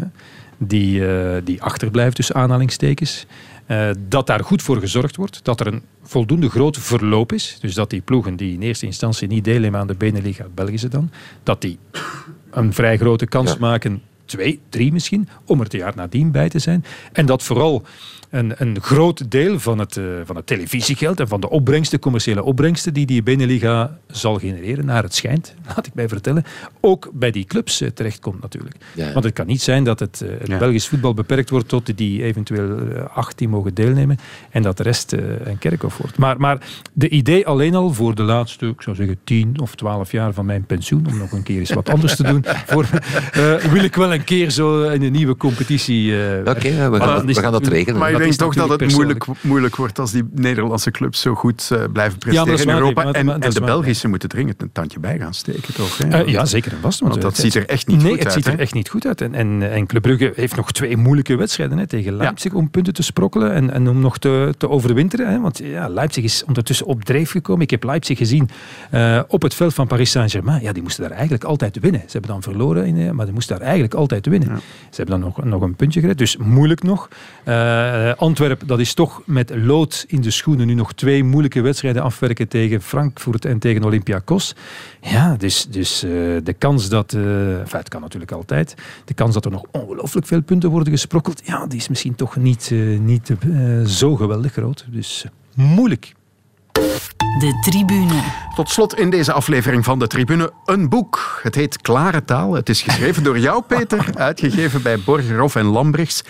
die achterblijven tussen aanhalingstekens, dat daar goed voor gezorgd wordt. Dat er een voldoende groot verloop is. Dus dat die ploegen die in eerste instantie niet deelnemen aan de Beneliga, Belgische dan, dat die een vrij grote kans maken, 2, 3 misschien, om er het jaar nadien bij te zijn. En dat vooral een groot deel van het televisiegeld en van de opbrengsten, commerciële opbrengsten die Beneliga zal genereren, naar het schijnt, laat ik mij vertellen, ook bij die clubs terechtkomt natuurlijk. Ja. Want het kan niet zijn dat het Belgisch voetbal beperkt wordt tot die eventueel 8 die mogen deelnemen en dat de rest een kerkhof wordt. Maar de idee alleen al voor de laatste, ik zou zeggen 10 of 12 jaar van mijn pensioen, om nog een keer eens wat anders te doen, wil ik wel een keer zo in een nieuwe competitie Oké, we gaan dat regelen. Maar ik denk toch dat het moeilijk wordt als die Nederlandse clubs zo goed blijven presteren in Europa. En de Belgische moeten dringend een tandje bij gaan steken, toch? Ja, zeker en vast. Want dat ziet er echt niet goed uit. Nee, het ziet er echt niet goed uit. En Club Brugge heeft nog 2 moeilijke wedstrijden tegen Leipzig om punten te sprokkelen en om nog te overwinteren. Want Leipzig is ondertussen op dreef gekomen. Ik heb Leipzig gezien op het veld van Paris Saint-Germain. Ja, die moesten daar eigenlijk altijd winnen. Ze hebben dan verloren, maar die moesten daar eigenlijk altijd winnen. Ja. Ze hebben dan nog een puntje gered, dus moeilijk nog. Antwerpen, dat is toch met lood in de schoenen nu nog 2 moeilijke wedstrijden afwerken tegen Frankfurt en tegen Olympiakos. Ja, dus de kans dat... het kan natuurlijk altijd. De kans dat er nog ongelooflijk veel punten worden gesprokkeld, ja, die is misschien toch niet zo geweldig groot. Dus moeilijk. De Tribune. Tot slot in deze aflevering van De Tribune een boek. Het heet Klare Taal. Het is geschreven door jou, Peter, uitgegeven bij Borgerhoff en Lambrechts.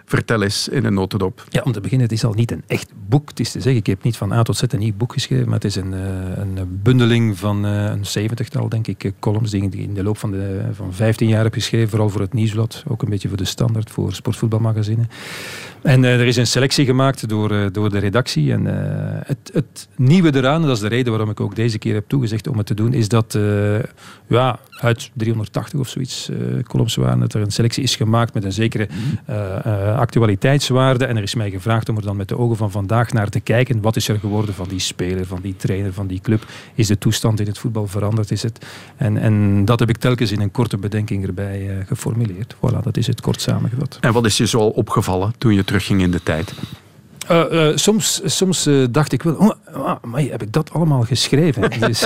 Vertel eens in een notendop. Ja, om te beginnen, het is al niet een echt boek. Het is te zeggen, ik heb niet van A tot Z een nieuw boek geschreven, maar het is een bundeling van een 70-tal, denk ik, columns die ik in de loop van 15 jaar heb geschreven, vooral voor het Nieuwsblad, ook een beetje voor de Standaard, voor sportvoetbalmagazine. En er is een selectie gemaakt door de redactie. En het nieuwe eraan, dat is de reden waarom ik ook deze keer heb toegezegd om het te doen, is dat uit 380 of zoiets columns waren, dat er een selectie is gemaakt met een zekere actualiteitswaarde. En er is mij gevraagd om er dan met de ogen van vandaag naar te kijken. Wat is er geworden van die speler, van die trainer, van die club? Is de toestand in het voetbal veranderd? Is het? En dat heb ik telkens in een korte bedenking erbij geformuleerd. Voilà, dat is het kort samengevat. En wat is je zo al opgevallen toen je terugging in de tijd? Soms dacht ik wel, maar heb ik dat allemaal geschreven? Dus,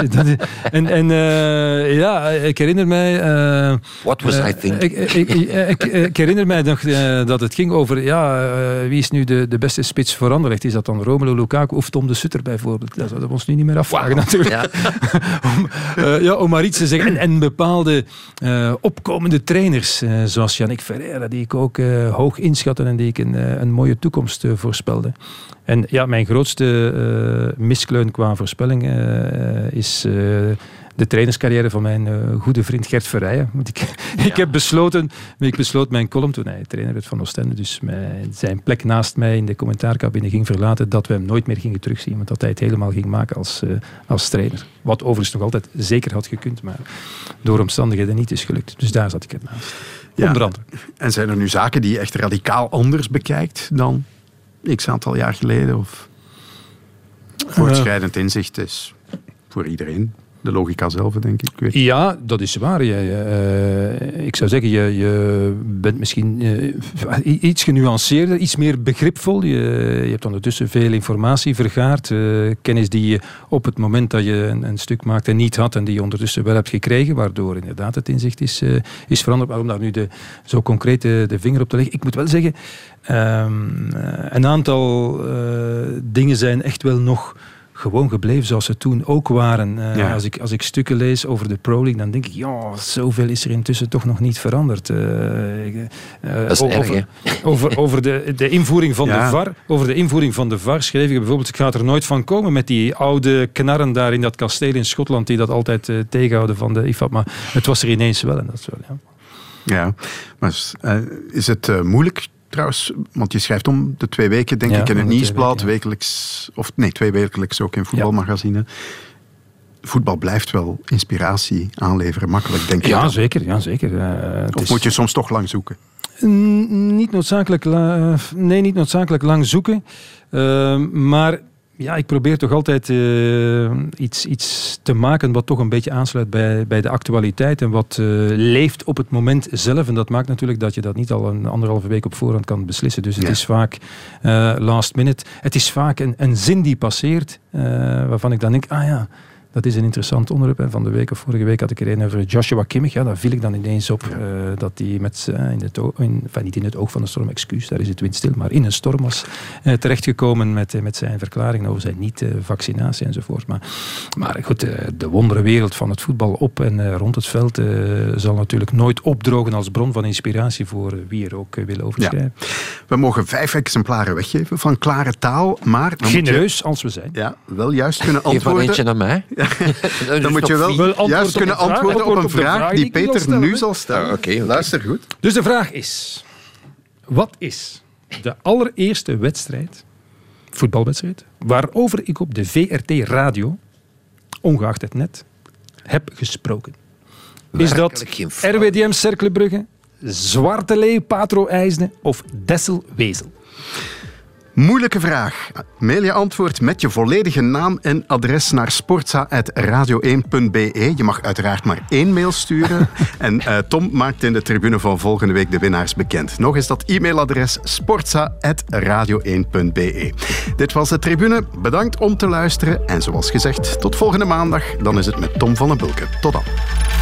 ik herinner mij... What was I thinking? Ik herinner mij nog dat het ging over wie is nu de beste spits voor Anderlecht? Is dat dan Romelu Lukaku of Tom de Sutter bijvoorbeeld? Dat zouden we ons nu niet meer afvragen natuurlijk. Ja. Om maar iets te zeggen. En bepaalde opkomende trainers, zoals Yannick Ferreira, die ik ook hoog inschatte en die ik een mooie toekomst voorspelde. En ja, mijn grootste miskleun qua voorspelling is de trainerscarrière van mijn goede vriend Gert Verrijen. Ik besloot mijn column toen hij trainer werd van Oostende, dus zijn plek naast mij in de commentaarcabine ging verlaten, dat we hem nooit meer gingen terugzien, want dat hij het helemaal ging maken als trainer. Wat overigens nog altijd zeker had gekund, maar door omstandigheden niet is gelukt. Dus daar zat ik het naast. Ja. Onder andere. En zijn er nu zaken die je echt radicaal anders bekijkt dan x aantal jaar geleden? Of voortschrijdend inzicht is voor iedereen de logica zelf, denk ik. Ja, dat is waar. Ik zou zeggen, je bent misschien iets genuanceerder, iets meer begripvol. Je hebt ondertussen veel informatie vergaard. Kennis die je op het moment dat je een stuk maakte niet had en die je ondertussen wel hebt gekregen, waardoor inderdaad het inzicht is veranderd. Maar om daar nu zo concreet de vinger op te leggen. Ik moet wel zeggen, een aantal dingen zijn echt wel nog gewoon gebleven zoals ze toen ook waren. Als ik stukken lees over de Pro League, dan denk ik, zoveel is er intussen toch nog niet veranderd. Dat is erg, over de invoering van de VAR. Over de invoering van de VAR schreef ik bijvoorbeeld, ik ga er nooit van komen met die oude knarren daar in dat kasteel in Schotland die dat altijd tegenhouden van de IFAB. Maar het was er ineens wel en dat is wel, ja. Maar is het moeilijk trouwens, want je schrijft om de 2 weken, denk ik, in het Nieuwsblad, wekelijks, of nee, 2 wekelijks ook in voetbalmagazine. Ja. Voetbal blijft wel inspiratie aanleveren, makkelijk, denk ik. Ja, zeker. Of moet je soms toch lang zoeken? Niet noodzakelijk lang zoeken, maar ja, ik probeer toch altijd iets te maken wat toch een beetje aansluit bij de actualiteit en wat leeft op het moment zelf. En dat maakt natuurlijk dat je dat niet al een 1,5 week op voorhand kan beslissen. Dus het is vaak last minute. Het is vaak een zin die passeert, waarvan ik dan denk, dat is een interessant onderwerp. Van de week of vorige week had ik er een over Joshua Kimmich. Ja, daar viel ik dan ineens op dat hij niet in het oog van de storm, excuus, daar is het windstil, maar in een storm was terechtgekomen met zijn verklaring over zijn niet-vaccinatie enzovoort. Maar goed, de wonderenwereld van het voetbal op en rond het veld zal natuurlijk nooit opdrogen als bron van inspiratie voor wie er ook wil over schrijven. Ja. We mogen 5 exemplaren weggeven van klare taal, maar genereus als we zijn. Ja, wel juist kunnen antwoorden. Geef eentje naar mij. Dan moet je wel juist kunnen antwoorden op een vraag die Peter nu zal stellen. Oké, luister goed. Dus de vraag is, wat is de allereerste voetbalwedstrijd, waarover ik op de VRT Radio, ongeacht het net, heb gesproken? Is dat RWDM Cercle Brugge, Zwarte Leeuw Patro IJsden of Dessel Wezel? Moeilijke vraag. Mail je antwoord met je volledige naam en adres naar sportza@radio1.be. Je mag uiteraard maar 1 mail sturen. En Tom maakt in de tribune van volgende week de winnaars bekend. Nog eens dat e-mailadres sportza@radio1.be. Dit was de tribune. Bedankt om te luisteren. En zoals gezegd, tot volgende maandag. Dan is het met Tom van den Bulke. Tot dan.